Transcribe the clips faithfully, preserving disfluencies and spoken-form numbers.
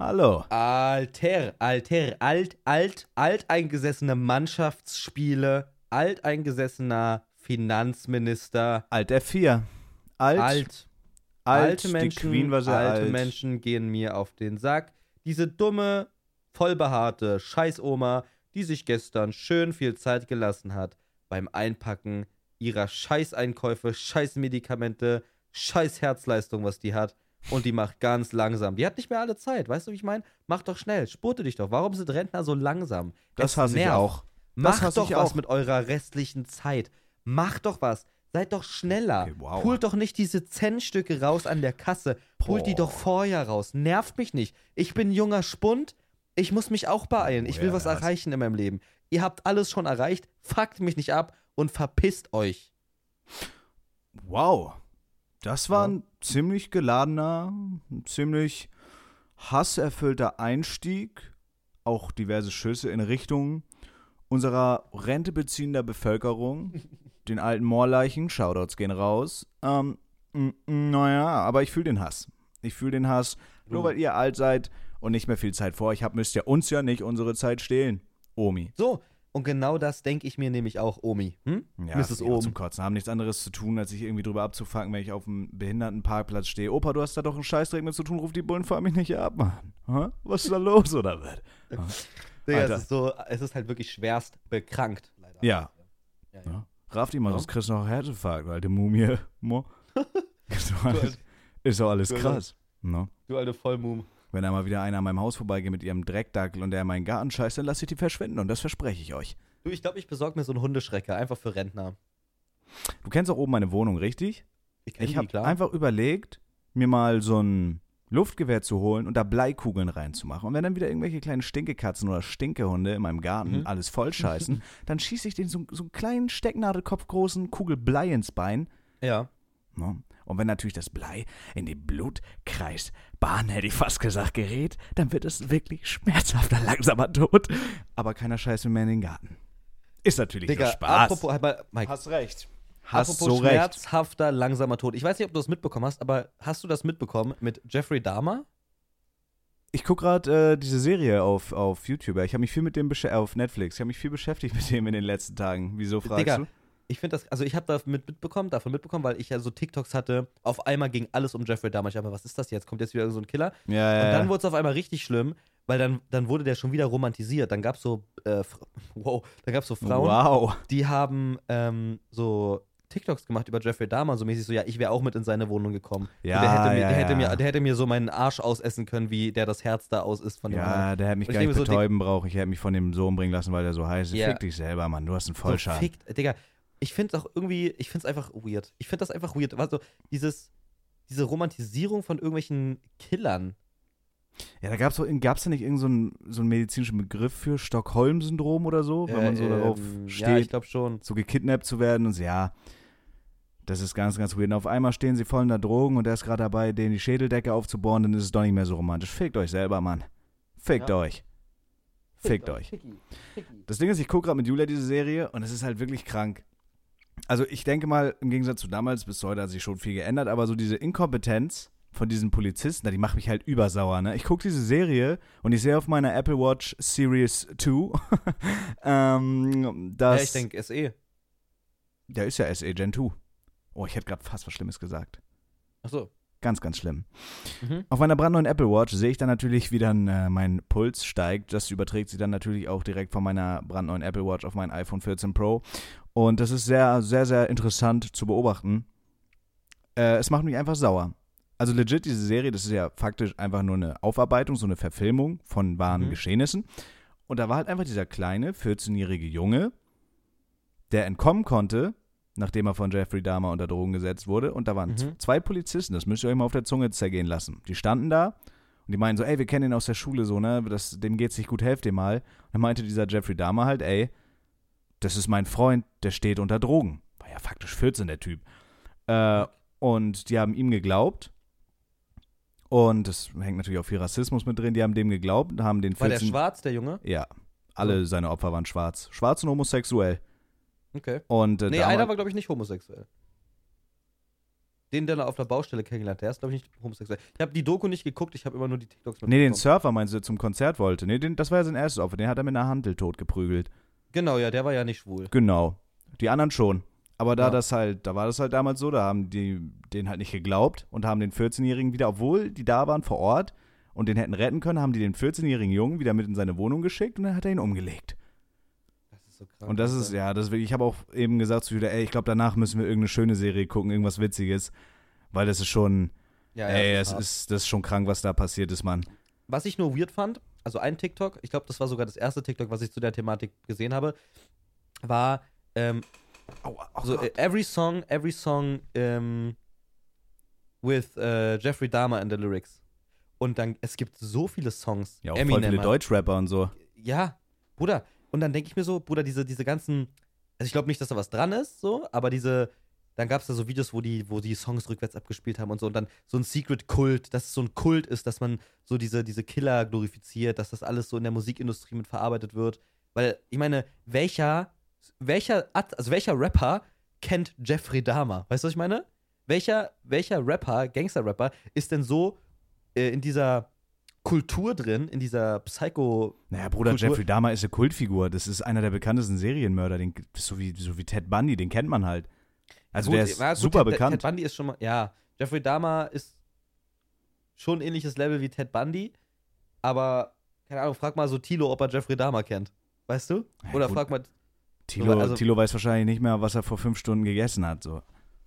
Hallo. Alter, alter, alt, alt, alteingesessene Mannschaftsspiele, alteingesessener Finanzminister. Alt F vier. Alt. Alt. alt. Alte Menschen, Die Queen war sehr alte alt. Menschen gehen mir auf den Sack. Diese dumme, vollbehaarte Scheißoma, die sich gestern schön viel Zeit gelassen hat beim Einpacken ihrer Scheißeinkäufe, Scheißmedikamente, Scheißherzleistung, was die hat. Und die macht ganz langsam. Die hat nicht mehr alle Zeit, weißt du, wie ich meine? Mach doch schnell, spurte dich doch. Warum sind Rentner so langsam? Das Es hasse ich nervt. auch. Das Macht hasse doch ich was auch. mit eurer restlichen Zeit. Macht doch was. Seid doch schneller. Okay, wow. Holt doch nicht diese Centstücke raus an der Kasse. Holt die Boah. doch vorher raus. Nervt mich nicht. Ich bin junger Spund. Ich muss mich auch beeilen. Ich Oh will ja, was das. erreichen in meinem Leben. Ihr habt alles schon erreicht. Fuckt mich nicht ab und verpisst euch. Wow. Das war Ja. ein ziemlich geladener, ein ziemlich hasserfüllter Einstieg. Auch diverse Schüsse in Richtung unserer rentebeziehender Bevölkerung. Den alten Moorleichen, Shoutouts gehen raus. Ähm, m- m- naja, aber ich fühle den Hass. Ich fühle den Hass. Nur Du. weil ihr alt seid und nicht mehr viel Zeit vor euch habt, müsst ihr uns ja nicht unsere Zeit stehlen. Omi. So, und genau das denke ich mir nämlich auch, Omi. Hm? Ja, Misses finde ich auch Ohm. zum Kotzen. Haben nichts anderes zu tun, als sich irgendwie drüber abzufangen, wenn ich auf dem Behindertenparkplatz stehe. Opa, du hast da doch einen Scheißdreck mit zu tun, ruf die Bullen vor mich nicht ab, Mann. Hä? Was ist da los, oder was? Digga, Alter. es ist so, es ist halt wirklich schwerst bekrankt, leider. Ja. Ja, ja. Ja. Raff die mal, Ja. sonst kriegst du noch Herzinfarkt, alte Mumie. Mo. ist, doch Du alles, alt- ist doch alles du alt- krass. No. Du alte Vollmum. Wenn da mal wieder einer an meinem Haus vorbeigeht mit ihrem Dreckdackel und der in meinen Garten scheißt, dann lasse ich die verschwinden und das verspreche ich euch. Du, ich glaube, ich besorge mir so einen Hundeschrecker, einfach für Rentner. Du kennst auch oben meine Wohnung, richtig? Ich kenn Ich die, habe klar. einfach überlegt, mir mal so ein Luftgewehr zu holen und da Bleikugeln reinzumachen. Und wenn dann wieder irgendwelche kleinen Stinkekatzen oder Stinkehunde in meinem Garten Mhm. alles voll scheißen, dann schieße ich denen so, so einen kleinen Stecknadelkopf großen Kugel Blei ins Bein. Ja. Ne? Und wenn natürlich das Blei in die Blutkreisbahn, hätte ich fast gesagt, gerät, dann wird es wirklich schmerzhafter, langsamer Tod. Aber keiner scheißt mehr in den Garten. Ist natürlich Digga, nur Spaß. apropos, aber, Mike, Hast recht. Hast apropos so recht. schmerzhafter, langsamer Tod. Ich weiß nicht, ob du das mitbekommen hast, aber hast du das mitbekommen mit Jeffrey Dahmer? Ich gucke gerade äh, diese Serie auf, auf YouTube. Ich habe mich viel mit dem besch- äh, auf Netflix. Ich habe mich viel beschäftigt mit dem in den letzten Tagen. Wieso fragst Digga, du? ich finde das, also ich habe davon mitbekommen, davon mitbekommen, weil ich ja so TikToks hatte, auf einmal ging alles um Jeffrey Dahmer. Ich dachte, was ist das jetzt? Kommt jetzt wieder so ein Killer? Ja, ja. Und dann ja. wurde es auf einmal richtig schlimm, weil dann, dann wurde der schon wieder romantisiert. Dann gab es so, äh, Fra- wow, dann gab es so Frauen, Wow. die haben ähm, so TikToks gemacht über Jeffrey Dahmer, so mäßig so, ja, ich wäre auch mit in seine Wohnung gekommen. Ja, Und der hätte, mir, ja, der, hätte ja. mir, der hätte mir so meinen Arsch ausessen können, wie der das Herz da aus ist von dem Ja, anderen. der hätte mich Und ich gar denke nicht mir so, betäuben brauchen. Ich hätte mich von dem so umbringen lassen, weil der so heiß ist. Ja. Fick dich selber, Mann. Du hast einen So, Vollschaden. fickt, Digga, ich finde es auch irgendwie, ich finde es einfach weird. Ich finde das einfach weird. Also, dieses, diese Romantisierung von irgendwelchen Killern. Ja, da gab's doch, gab's da nicht irgendeinen so, so einen medizinischen Begriff für Stockholm-Syndrom oder so, wenn man so Äh, darauf ähm, steht, Ja, ich glaube schon. so gekidnappt zu werden und so, ja, das ist ganz, ganz weird. Und auf einmal stehen sie voll in der Drogen und er ist gerade dabei, denen die Schädeldecke aufzubohren, dann ist es doch nicht mehr so romantisch. Fickt euch selber, Mann. Fickt Ja. euch. Fickt euch. Ficky, Ficky. Das Ding ist, ich gucke gerade mit Julia diese Serie und es ist halt wirklich krank. Also ich denke mal, im Gegensatz zu damals, bis heute hat sich schon viel geändert, aber so diese Inkompetenz von diesen Polizisten, die macht mich halt übersauer, ne? Ich gucke diese Serie und ich sehe auf meiner Apple Watch Series zwei, ähm, dass... Ja, ich denke, S E. Der ist ja S E Gen zwei. Oh, ich hätte gerade fast was Schlimmes gesagt. Achso. Ganz, ganz schlimm. Mhm. Auf meiner brandneuen Apple Watch sehe ich dann natürlich, wie dann äh, mein Puls steigt. Das überträgt sich dann natürlich auch direkt von meiner brandneuen Apple Watch auf mein iPhone vierzehn Pro. Und das ist sehr, sehr, sehr interessant zu beobachten. Äh, es macht mich einfach sauer. Also legit, diese Serie, das ist ja faktisch einfach nur eine Aufarbeitung, so eine Verfilmung von wahren Mhm. Geschehnissen. Und da war halt einfach dieser kleine, vierzehnjährige Junge, der entkommen konnte, nachdem er von Jeffrey Dahmer unter Drogen gesetzt wurde. Und da waren Mhm. z- zwei Polizisten, das müsst ihr euch mal auf der Zunge zergehen lassen. Die standen da und die meinten so, ey, wir kennen ihn aus der Schule so, ne, das, dem geht's nicht gut, helft dem mal. Und dann meinte dieser Jeffrey Dahmer halt, ey, das ist mein Freund, der steht unter Drogen. War ja faktisch vierzehn, der Typ. Äh, und die haben ihm geglaubt. Und das hängt natürlich auch viel Rassismus mit drin. Die haben dem geglaubt und haben den War der vierzehn schwarz, der Junge? Ja, alle seine Opfer waren schwarz. Schwarz und homosexuell. Okay. Und, äh, Nee, damals- einer war, glaube ich, nicht homosexuell. Den, der auf der Baustelle kennengelernt, der ist, glaube ich, nicht homosexuell. Ich habe die Doku nicht geguckt, ich habe immer nur die TikToks Nee, den Surfer meinst du, der zum Konzert wollte. Nee, den, das war ja sein erstes Opfer. Den hat er mit einer Hantel totgeprügelt. Genau, ja, der war ja nicht schwul. Genau. Die anderen schon. Aber da Ja. das halt, da war das halt damals so, da haben die den halt nicht geglaubt und haben den vierzehnjährigen wieder, obwohl die da waren vor Ort und den hätten retten können, haben die den vierzehnjährigen Jungen wieder mit in seine Wohnung geschickt und dann hat er ihn umgelegt. Das ist so krass. Und das ist, ja, das ist wirklich, ich habe auch eben gesagt zu Julia, ey, ich glaube, danach müssen wir irgendeine schöne Serie gucken, irgendwas Witziges, weil das ist schon, Ja, ja, ey, das es hart. ist, das ist schon krank, was da passiert ist, Mann. Was ich nur weird fand, also ein TikTok, ich glaube, das war sogar das erste TikTok, was ich zu der Thematik gesehen habe, war, ähm, Oh, oh so, äh, every song, every song ähm, with äh, Jeffrey Dahmer in the lyrics. Und dann, es gibt so viele Songs. ja, auch Eminem voll viele hat- Deutschrapper und so. Ja, Bruder. Und dann denke ich mir so, Bruder, diese, diese ganzen, also ich glaube nicht, dass da was dran ist, so, aber diese, dann gab es da so Videos, wo die, wo die Songs rückwärts abgespielt haben und so und dann so ein Secret-Kult, dass es so ein Kult ist, dass man so diese, diese Killer glorifiziert, dass das alles so in der Musikindustrie mit verarbeitet wird. Weil, ich meine, welcher, welcher, At- also welcher Rapper kennt Jeffrey Dahmer? Weißt du, was ich meine? Welcher, welcher Rapper, Gangster-Rapper, ist denn so äh, in dieser Kultur drin, in dieser Psycho- Naja, Bruder, Kultur- Jeffrey Dahmer ist eine Kultfigur. Das ist einer der bekanntesten Serienmörder, den, so, wie, so wie Ted Bundy, den kennt man halt. Also Gut, der ist ja, gut, super Ted, bekannt. Ted Bundy ist schon mal, ja, Jeffrey Dahmer ist schon ein ähnliches Level wie Ted Bundy, aber, keine Ahnung, frag mal so Tilo, ob er Jeffrey Dahmer kennt. Weißt du? Ja, Oder gut. frag mal, Tilo, also- Tilo weiß wahrscheinlich nicht mehr, was er vor fünf Stunden gegessen hat. So.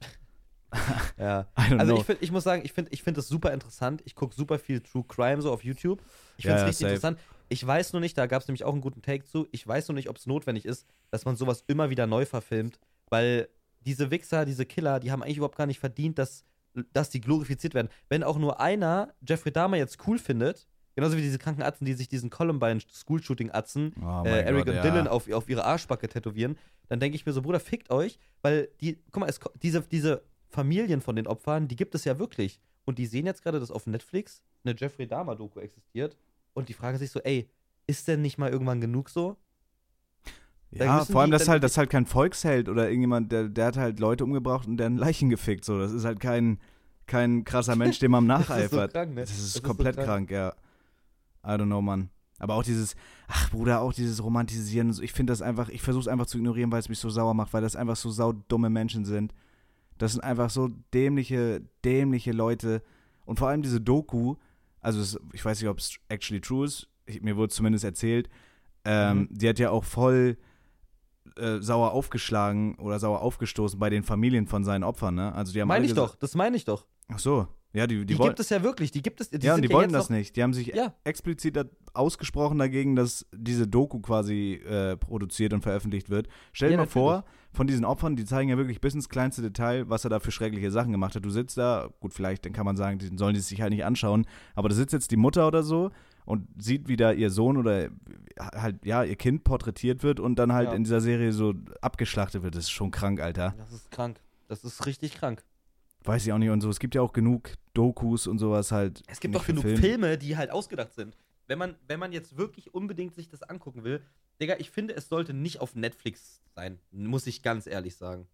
ja. I don't Also know. ich, find, ich muss sagen, ich finde ich find das super interessant. Ich gucke super viel True Crime so auf YouTube. Ich Ja, finde es ja, richtig safe. interessant. Ich weiß nur nicht, da gab es nämlich auch einen guten Take zu, ich weiß nur nicht, ob es notwendig ist, dass man sowas immer wieder neu verfilmt, weil diese Wichser, diese Killer, die haben eigentlich überhaupt gar nicht verdient, dass, dass die glorifiziert werden. Wenn auch nur einer Jeffrey Dahmer jetzt cool findet, genauso wie diese kranken Atzen, die sich diesen Columbine-School-Shooting-Atzen, Oh mein äh, Eric Gott, und ja. Dylan auf, auf ihre Arschbacke tätowieren, dann denke ich mir so, Bruder, fickt euch, weil die, guck mal, es, ko- diese, diese Familien von den Opfern, die gibt es ja wirklich. Und die sehen jetzt gerade, dass auf Netflix eine Jeffrey Dahmer-Doku existiert und die fragen sich so, ey, ist denn nicht mal irgendwann genug so? Dann Ja, müssen vor allem, die- das ist dann- halt, das ist halt kein Volksheld oder irgendjemand, der, der hat halt Leute umgebracht und deren Leichen gefickt. So. Das ist halt kein, kein krasser Mensch, dem man Das ist so nacheifert. krank, ne? Das ist Das ist so komplett krank. krank, ja. I don't know, Mann. Aber auch dieses, ach Bruder, auch dieses Romantisieren. so, Ich finde das einfach, ich versuche es einfach zu ignorieren, weil es mich so sauer macht, weil das einfach so saudumme Menschen sind. Das sind einfach so dämliche, dämliche Leute. Und vor allem diese Doku, also es, ich weiß nicht, ob es actually true ist, ich, mir wurde es zumindest erzählt, ähm, Mhm. die hat ja auch voll äh, sauer aufgeschlagen oder sauer aufgestoßen bei den Familien von seinen Opfern, ne? Also die haben Meine alle ich gesagt- doch, das meine ich doch. Ach so, ja, die, die, Die, wollten, gibt es ja wirklich, die gibt es, die ja, und sind die ja wollten jetzt das noch, nicht. Die haben sich Ja. explizit da ausgesprochen dagegen, dass diese Doku quasi äh, produziert und veröffentlicht wird. Stell dir Ja, mal natürlich. vor, von diesen Opfern, die zeigen ja wirklich bis ins kleinste Detail, was er da für schreckliche Sachen gemacht hat. Du sitzt da, gut, vielleicht, dann kann man sagen, die sollen die sich halt nicht anschauen, aber da sitzt jetzt die Mutter oder so und sieht, wie da ihr Sohn oder halt, ja, ihr Kind porträtiert wird und dann halt Ja. in dieser Serie so abgeschlachtet wird. Das ist schon krank, Alter. Das ist krank. Das ist richtig krank. Weiß ich auch nicht und so. Es gibt ja auch genug Dokus und sowas halt. Es gibt nicht doch genug verfilmt. Filme, die halt ausgedacht sind. Wenn man, wenn man jetzt wirklich unbedingt sich das angucken will, Digga, ich finde, es sollte nicht auf Netflix sein. Muss ich ganz ehrlich sagen.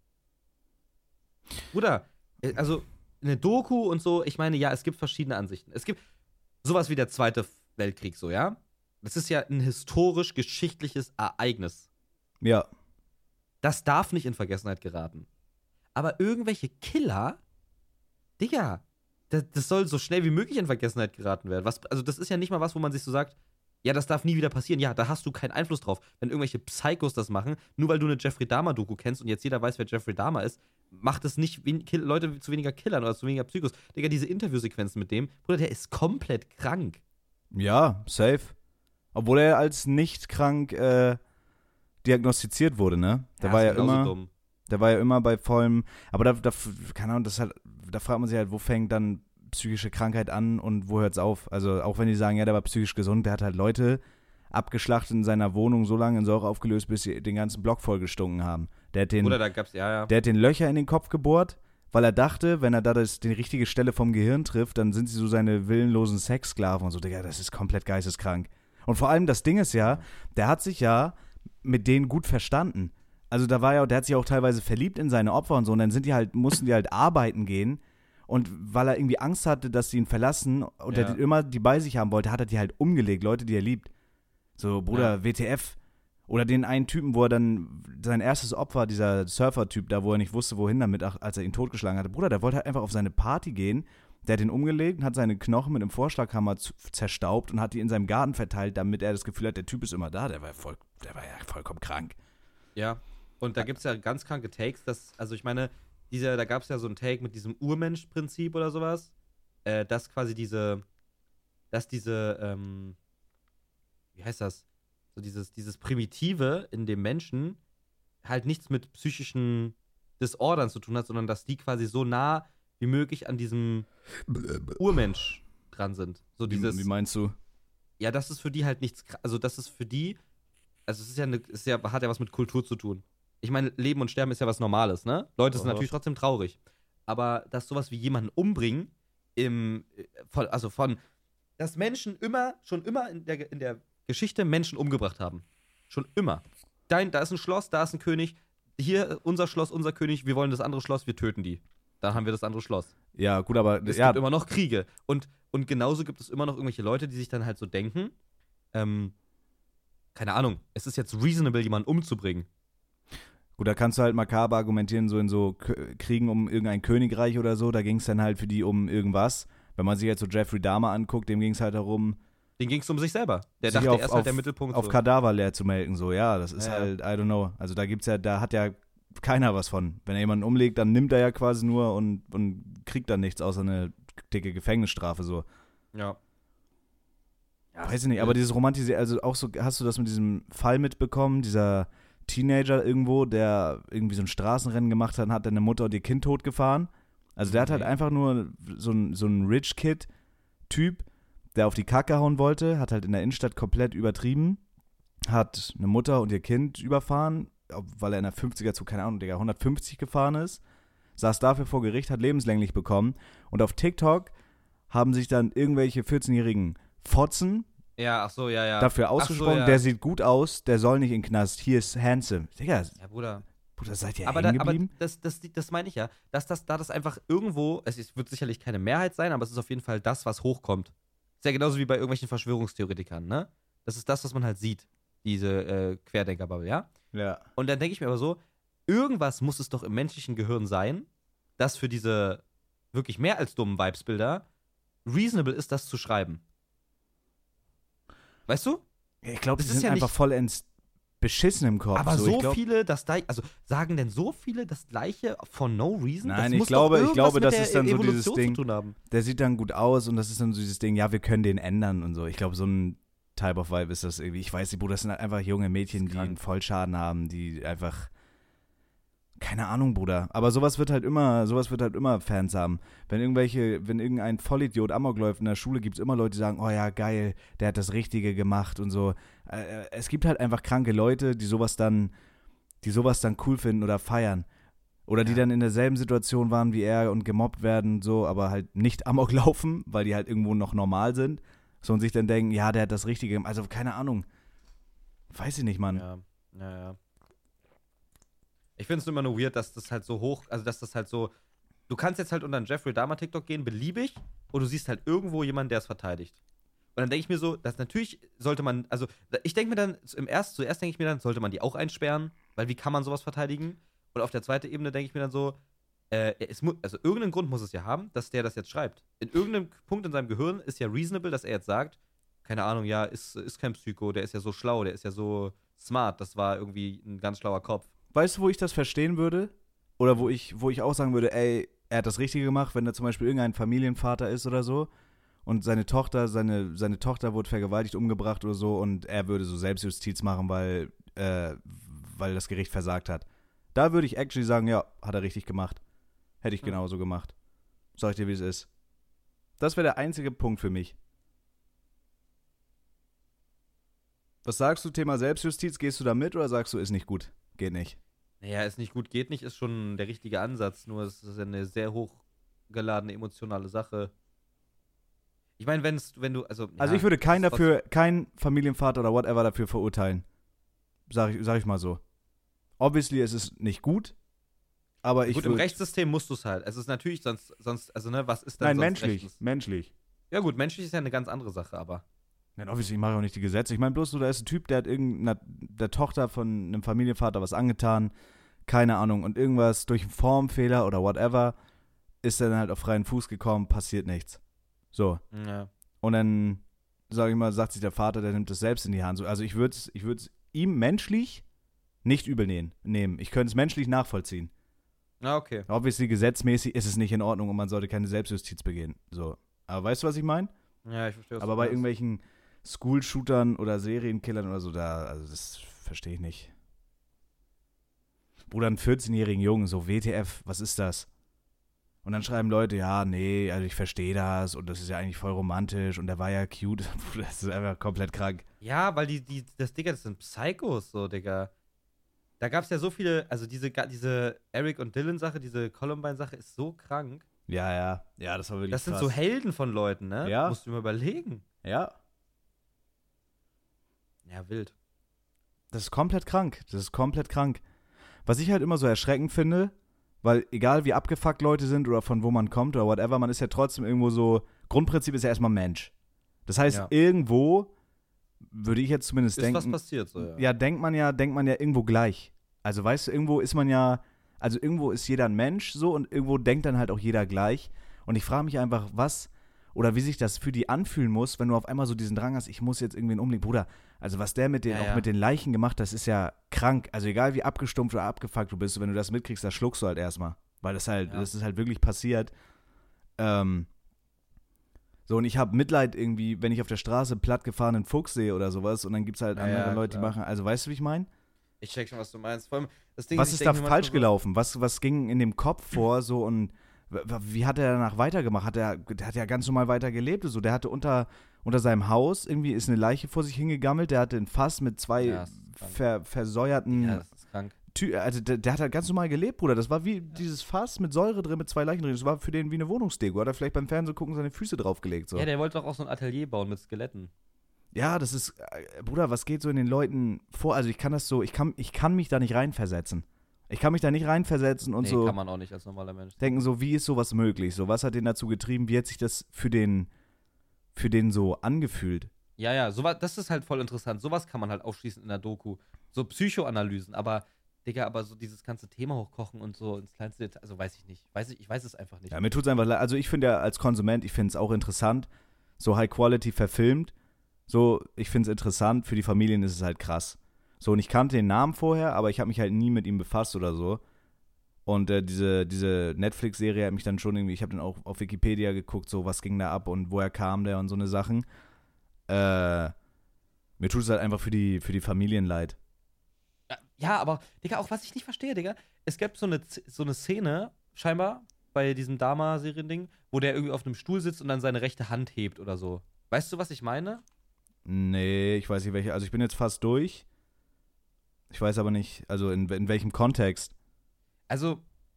Bruder, äh, also eine Doku und so, ich meine, ja, es gibt verschiedene Ansichten. Es gibt sowas wie der Zweite Weltkrieg, so, ja? Das ist ja ein historisch-geschichtliches Ereignis. Ja. Das darf nicht in Vergessenheit geraten. Aber irgendwelche Killer, Digga, das, das soll so schnell wie möglich in Vergessenheit geraten werden. Was, also das ist ja nicht mal was, wo man sich so sagt, ja, das darf nie wieder passieren. Ja, da hast du keinen Einfluss drauf. Wenn irgendwelche Psychos das machen, nur weil du eine Jeffrey Dahmer-Doku kennst und jetzt jeder weiß, wer Jeffrey Dahmer ist, macht es nicht wen Kill Leute zu weniger Killern oder zu weniger Psychos. Digga, diese Interviewsequenzen mit dem, Bruder, der ist komplett krank. Ja, safe. Obwohl er als nicht krank äh, diagnostiziert wurde, ne? Der Ja, war ist ja genauso immer, dumm. der war ja immer bei vollem, aber da, da keine Ahnung, das halt, da fragt man sich halt, wo fängt dann psychische Krankheit an und wo hört's auf? Also auch wenn die sagen, ja, der war psychisch gesund, der hat halt Leute abgeschlachtet in seiner Wohnung so lange in Säure aufgelöst, bis sie den ganzen Block vollgestunken haben. Der hat den, Oder da gab's, ja, ja. der hat den Löcher in den Kopf gebohrt, weil er dachte, wenn er da das, die richtige Stelle vom Gehirn trifft, dann sind sie so seine willenlosen Sexsklaven und so. Digga, das ist komplett geisteskrank. Und vor allem das Ding ist ja, der hat sich ja mit denen gut verstanden. Also da war ja, der hat sich auch teilweise verliebt in seine Opfer und so und dann sind die halt, mussten die halt arbeiten gehen Und weil er irgendwie Angst hatte, dass sie ihn verlassen und Ja. er die immer die bei sich haben wollte, hat er die halt umgelegt, Leute, die er liebt. So, Bruder, Ja. W T F. Oder den einen Typen, wo er dann sein erstes Opfer, dieser Surfer-Typ da, wo er nicht wusste, wohin damit, ach, als er ihn totgeschlagen hatte. Bruder, der wollte halt einfach auf seine Party gehen. Der hat ihn umgelegt und hat seine Knochen mit einem Vorschlaghammer z- zerstaubt und hat die in seinem Garten verteilt, damit er das Gefühl hat, der Typ ist immer da. Der war, ja voll, der war ja vollkommen krank. Ja, und da gibt es ja ganz kranke Takes, dass, also ich meine, diese, da gab es ja so einen Take mit diesem Urmensch-Prinzip oder sowas, äh, dass quasi diese, dass diese, ähm, wie heißt das, so dieses, dieses Primitive in dem Menschen halt nichts mit psychischen Disordern zu tun hat, sondern dass die quasi so nah wie möglich an diesem Urmensch dran sind. So dieses, Wie, wie meinst du? ja, das ist für die halt nichts, kra- also das ist für die, also es ist ja, eine, es ist ja, hat ja was mit Kultur zu tun. Ich meine, Leben und Sterben ist ja was Normales, ne? Leute sind Aha. natürlich trotzdem traurig. Aber dass sowas wie jemanden umbringen, im, äh, von, also von, dass Menschen immer, schon immer in der, in der Geschichte Menschen umgebracht haben. Schon immer. Dein, da ist ein Schloss, da ist ein König, hier äh, unser Schloss, unser König, wir wollen das andere Schloss, wir töten die. Dann haben wir das andere Schloss. Ja, gut, aber Es ja, gibt immer noch Kriege. Und, und genauso gibt es immer noch irgendwelche Leute, die sich dann halt so denken, ähm, keine Ahnung, es ist jetzt reasonable, jemanden umzubringen. gut, da kannst du halt makaber argumentieren, so in so K- Kriegen um irgendein Königreich oder so, da ging es dann halt für die um irgendwas. Wenn man sich jetzt so Jeffrey Dahmer anguckt, dem ging es halt darum, Den ging es um sich selber. Der sich dachte, auf, er ist auf, halt der Mittelpunkt. auf so. Kadaver leer zu melken, so, ja, das ist Ja, ja. halt, I don't know. Also da gibt's ja, da hat ja keiner was von. Wenn er jemanden umlegt, dann nimmt er ja quasi nur und, und kriegt dann nichts außer eine dicke Gefängnisstrafe, so. Ja. Ja, Weiß ich nicht, aber dieses Romantisieren, also auch so, hast du das mit diesem Fall mitbekommen, dieser Teenager irgendwo, der irgendwie so ein Straßenrennen gemacht hat und hat dann eine Mutter und ihr Kind totgefahren? Also der hat halt Nee. einfach nur so ein, so ein Rich Kid-Typ, der auf die Kacke hauen wollte, hat halt in der Innenstadt komplett übertrieben, hat eine Mutter und ihr Kind überfahren, ob- weil er in der fünfziger-Zug, keine Ahnung, Digga, hundertfünfzig gefahren ist, saß dafür vor Gericht, hat lebenslänglich bekommen und auf TikTok haben sich dann irgendwelche vierzehnjährigen Fotzen Ja, ach so, ja, ja. dafür Ach so, ausgesprochen, ja. der sieht gut aus, der soll nicht in den Knast, hier ist handsome. Digga, Ja, Bruder. Bruder, seid ihr aber da, hängen aber geblieben? das, das, das meine ich ja, dass das, da das einfach irgendwo, es ist, wird sicherlich keine Mehrheit sein, aber es ist auf jeden Fall das, was hochkommt. Ist ja genauso wie bei irgendwelchen Verschwörungstheoretikern, ne? Das ist das, was man halt sieht, diese äh, Querdenkerbubble, ja? Ja. Und dann denke ich mir aber so, irgendwas muss es doch im menschlichen Gehirn sein, das für diese wirklich mehr als dummen Vibesbilder reasonable ist, das zu schreiben. Weißt du? Ich glaube, Das sie ist sind ja einfach nicht- vollends beschissen im Kopf. Aber so, so ich glaub, viele das gleiche, also sagen denn so viele das gleiche for no reason? Nein, das ich muss glaube- doch ich glaube, irgendwas das mit ist der dann so dieses Evolution Ding- zu tun haben. der sieht dann gut aus und das ist dann so dieses Ding, ja, wir können den ändern und so. Ich glaube, so ein Type of Vibe ist das irgendwie. Ich weiß nicht, Bruder, das sind halt einfach junge Mädchen, die krank. einen Vollschaden haben, die einfach keine Ahnung, Bruder. Aber sowas wird halt immer, sowas wird halt immer Fans haben. Wenn irgendwelche, wenn irgendein Vollidiot Amok läuft in der Schule, gibt es immer Leute, die sagen, oh ja, geil, der hat das Richtige gemacht und so. Äh, es gibt halt einfach kranke Leute, die sowas dann, die sowas dann cool finden oder feiern. Oder die Ja. dann in derselben Situation waren wie er und gemobbt werden, so, aber halt nicht Amok laufen, weil die halt irgendwo noch normal sind. So und sich dann denken, ja, der hat das Richtige gemacht. Also keine Ahnung. Weiß ich nicht, Mann. Ja, ja, ja. Ich finde es immer nur weird, dass das halt so hoch, also dass das halt so, du kannst jetzt halt unter einen Jeffrey Dahmer TikTok gehen, beliebig, und du siehst halt irgendwo jemanden, der es verteidigt. Und dann denke ich mir so, dass natürlich sollte man, also ich denke mir dann, im erst, zuerst denke ich mir dann, sollte man die auch einsperren, weil wie kann man sowas verteidigen? Und auf der zweiten Ebene denke ich mir dann so, äh, es mu- also irgendeinen Grund muss es ja haben, dass der das jetzt schreibt. In irgendeinem Punkt in seinem Gehirn ist ja reasonable, dass er jetzt sagt, keine Ahnung, ja, ist, ist kein Psycho, der ist ja so schlau, der ist ja so smart, das war irgendwie ein ganz schlauer Kopf. Weißt du, wo ich das verstehen würde? Oder wo ich, wo ich auch sagen würde, ey, er hat das Richtige gemacht, wenn er zum Beispiel irgendein Familienvater ist oder so und seine Tochter, seine, seine Tochter wurde vergewaltigt, umgebracht oder so und er würde so Selbstjustiz machen, weil, äh, weil das Gericht versagt hat. Da würde ich actually sagen, ja, hat er richtig gemacht. Hätte ich Hm. genauso gemacht. Sag ich dir, wie es ist. Das wäre der einzige Punkt für mich. Was sagst du, Thema Selbstjustiz? Gehst du da mit oder sagst du, ist nicht gut? Geht nicht. Naja, ist nicht gut, geht nicht, ist schon der richtige Ansatz, nur es ist eine sehr hochgeladene emotionale Sache. Ich meine, wenn's, wenn du, also. Also ja, ich würde keinen ist dafür, keinen Familienvater oder whatever dafür verurteilen. Sag ich, sag ich mal so. Obviously, es ist nicht gut, Aber ich Gut, im würd- Rechtssystem musst du es halt. Es ist natürlich sonst, sonst, also ne, was ist denn Nein, sonst menschlich. rechtens? Menschlich. Ja gut, menschlich ist ja eine ganz andere Sache, aber. Nein, obviously, ich mache auch nicht die Gesetze. Ich meine bloß so, da ist ein Typ, der hat irgendeiner der Tochter von einem Familienvater was angetan. Keine Ahnung. Und irgendwas durch einen Formfehler oder whatever ist er dann halt auf freien Fuß gekommen, passiert nichts. So. Ja. Und dann, sag ich mal, sagt sich der Vater, der nimmt es selbst in die Hand. So, also ich würde es ich würd's ihm menschlich nicht übel nehmen. nehmen. Ich könnte es menschlich nachvollziehen. Ah, okay. Obviously, gesetzmäßig ist es nicht in Ordnung und man sollte keine Selbstjustiz begehen. So. Aber weißt du, was ich meine? Ja, ich verstehe. was Aber du bei meinst. irgendwelchen School-Shootern oder Serienkillern oder so, da, also das verstehe ich nicht. Bruder, einen vierzehnjährigen Jungen, so W T F, was ist das? Und dann schreiben Leute, ja, nee, also ich verstehe das und das ist ja eigentlich voll romantisch und der war ja cute. Bruder, das ist einfach komplett krank. Ja, weil die, die, das, Digga, das sind Psychos, so, Digga. Da gab's ja so viele, also diese, ga- diese Eric und Dylan-Sache, diese Columbine-Sache ist so krank. Ja, ja, ja, das war wirklich Das sind krass. so Helden von Leuten, ne? Ja. Musst du mir überlegen. Ja, Ja, wild. das ist komplett krank. Das ist komplett krank. Was ich halt immer so erschreckend finde, weil egal wie abgefuckt Leute sind oder von wo man kommt oder whatever, man ist ja trotzdem irgendwo so, Grundprinzip ist ja erstmal Mensch. Das heißt, Ja. irgendwo, würde ich jetzt zumindest Ist was denken, passiert, so, ja. ja, denkt man ja, denkt man ja irgendwo gleich. Also weißt du, irgendwo ist man ja, also irgendwo ist jeder ein Mensch so und irgendwo denkt dann halt auch jeder gleich. Und ich frage mich einfach, was oder wie sich das für die anfühlen muss, wenn du auf einmal so diesen Drang hast, ich muss jetzt irgendwen umbringen. Bruder, also was der mit den, Ja, auch ja. mit den Leichen gemacht hat, das ist ja krank. Also egal wie abgestumpft oder abgefuckt du bist, wenn du das mitkriegst, das schluckst du halt erstmal. Weil das halt, Ja. das ist halt wirklich passiert. Ähm, so, und ich habe Mitleid irgendwie, wenn ich auf der Straße plattgefahrenen Fuchs sehe oder sowas und dann gibt es halt Ja, andere ja, Leute, die klar. machen, also weißt du, wie ich meine? Ich check schon, was du meinst. Vor allem, das Ding Was ich ist da denk mir falsch manchmal gelaufen? Was, was ging in dem Kopf vor so und w- w- wie hat er danach weitergemacht? Hat er, der hat ja ganz normal weitergelebt. So. Der hatte unter, unter seinem Haus, irgendwie ist eine Leiche vor sich hingegammelt, der hatte ein Fass mit zwei Ja, das ist krank. ver, versäuerten So, ja, das ist krank. Tü also der, der hat halt ganz normal gelebt, Bruder. Das war wie dieses Fass mit Säure drin, mit zwei Leichen drin. Das war für den wie eine Wohnungsdeko. Hat er vielleicht beim Fernsehen gucken seine Füße draufgelegt. So. Ja, der wollte doch auch so ein Atelier bauen mit Skeletten. Ja, das ist, äh, Bruder, was geht so in den Leuten vor? Also ich kann das so, ich kann, ich kann mich da nicht reinversetzen. Ich kann mich da nicht reinversetzen und Nee, so kann man auch nicht als normaler Mensch. denken so, wie ist sowas möglich? So, was hat den dazu getrieben? Wie hat sich das für den, für den so angefühlt? Ja, ja, sowas, das ist halt voll interessant. Sowas kann man halt aufschließen in der Doku. So Psychoanalysen, aber, Digga, aber so dieses ganze Thema hochkochen und so ins kleinste Detail, also weiß ich nicht. Weiß ich, ich weiß es einfach nicht. Ja, mir tut's einfach leid. Also ich finde ja als Konsument, ich finde es auch interessant, so High Quality verfilmt. So, ich finde es interessant, für die Familien ist es halt krass. So, und ich kannte den Namen vorher, aber ich habe mich halt nie mit ihm befasst oder so. Und äh, diese, diese Netflix-Serie hat mich dann schon irgendwie, ich habe dann auch auf Wikipedia geguckt, so was ging da ab und woher kam der und so eine Sachen. Äh, mir tut es halt einfach für die, für die Familien leid. Ja, aber, Digga, auch was ich nicht verstehe, Digga, es gab so eine, Z- so eine Szene, scheinbar, bei diesem Dama-Serien-Ding, wo der irgendwie auf einem Stuhl sitzt und dann seine rechte Hand hebt oder so. Weißt du, was ich meine? Nee, ich weiß nicht welche, also ich bin jetzt fast durch. Ich weiß aber nicht, also in, in welchem Kontext. Also,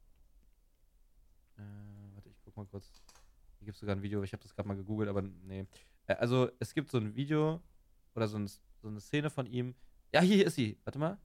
äh, warte, ich guck mal kurz. Hier gibt es sogar ein Video, ich habe das gerade mal gegoogelt, aber nee. Äh, also, es gibt so ein Video oder so, ein, so eine Szene von ihm. Ja, hier, hier ist sie. Warte mal.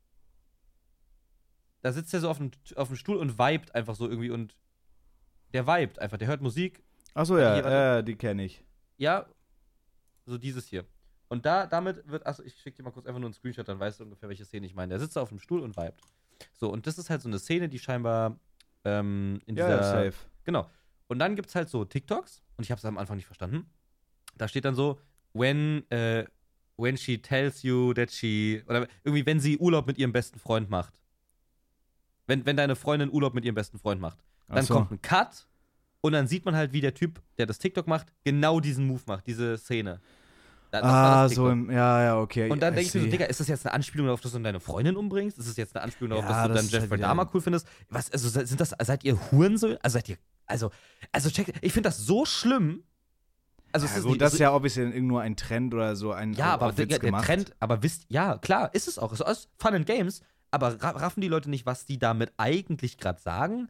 Da sitzt er so auf dem, auf dem Stuhl und vibet einfach so irgendwie und der vibet einfach, der hört Musik. Achso, ja, Hier, warte. äh, die kenne ich. Ja, so dieses hier. Und da, damit wird, achso, ich schicke dir mal kurz einfach nur einen Screenshot, dann weißt du ungefähr, welche Szene ich meine. Der sitzt da auf dem Stuhl und vibet. So, und das ist halt so eine Szene, die scheinbar ähm, in Ja, dieser. ja, safe. Genau. Und dann gibt's halt so TikToks, und ich habe es am Anfang nicht verstanden. Da steht dann so, when, äh, when she tells you that she, oder irgendwie, wenn sie Urlaub mit ihrem besten Freund macht. Wenn, wenn deine Freundin Urlaub mit ihrem besten Freund macht. Dann Ach so. kommt ein Cut und dann sieht man halt, wie der Typ, der das TikTok macht, genau diesen Move macht, diese Szene. Da- das war Ah, das so TikTok. im, ja, ja, okay. Und dann I denke ich mir so, see. Digga, ist das jetzt eine Anspielung darauf, dass du deine Freundin umbringst? Ist das jetzt eine Anspielung darauf, Ja, dass du das dann ist halt Jeffrey wieder- Dahmer cool findest? Was, also se- sind das, seid ihr Hurensöhne? Also seid ihr, also, also check, ich finde das so schlimm. Also es Ja, ist gut, nicht, das so, ist ja obviously irgendwo ein Trend oder so ein ja, aber auf der, Witz der gemacht. Trend, aber wisst, ja, klar, ist es auch. Es ist Fun and Games, aber ra- raffen die Leute nicht, was die damit eigentlich gerade sagen?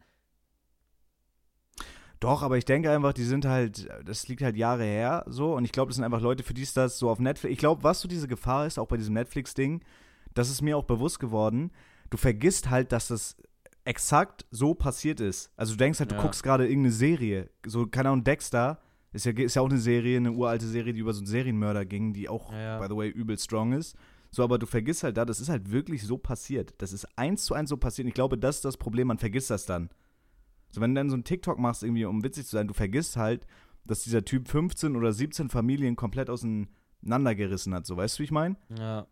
Doch, aber ich denke einfach, die sind halt, das liegt halt Jahre her so und ich glaube, das sind einfach Leute, für die ist das so auf Netflix. Ich glaube, was so diese Gefahr ist, auch bei diesem Netflix-Ding, das ist mir auch bewusst geworden, du vergisst halt, dass das exakt so passiert ist. Also du denkst halt, du Ja. guckst gerade irgendeine Serie. So, keine Ahnung, Dexter ist ja, ist ja auch eine Serie, eine uralte Serie, die über so einen Serienmörder ging, die auch, Ja, ja. by the way, übel strong ist. So, aber du vergisst halt da, das ist halt wirklich so passiert. Das ist eins zu eins so passiert. Und ich glaube, das ist das Problem, man vergisst das dann. So, wenn du dann so einen TikTok machst, irgendwie, um witzig zu sein, du vergisst halt, dass dieser Typ fünfzehn oder siebzehn Familien komplett auseinandergerissen hat. So, weißt du, wie ich meine? Ja.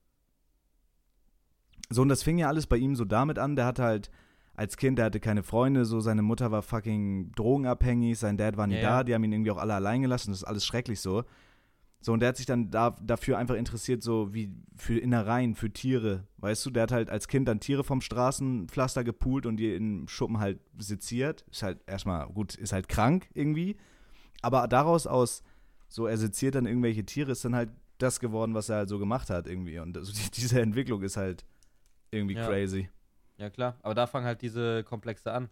So, und das fing ja alles bei ihm so damit an, der hatte halt als Kind, der hatte keine Freunde, so seine Mutter war fucking drogenabhängig, sein Dad war nie Ja, da, ja. die haben ihn irgendwie auch alle allein gelassen, das ist alles schrecklich so. So, und der hat sich dann da, dafür einfach interessiert, so wie für Innereien, für Tiere, weißt du, der hat halt als Kind dann Tiere vom Straßenpflaster gepult und die in Schuppen halt seziert, ist halt erstmal, gut, ist halt krank irgendwie, aber daraus aus, so er seziert dann irgendwelche Tiere, ist dann halt das geworden, was er halt so gemacht hat irgendwie und also die, diese Entwicklung ist halt irgendwie Ja. crazy. Ja, klar. Aber da fangen halt diese Komplexe an.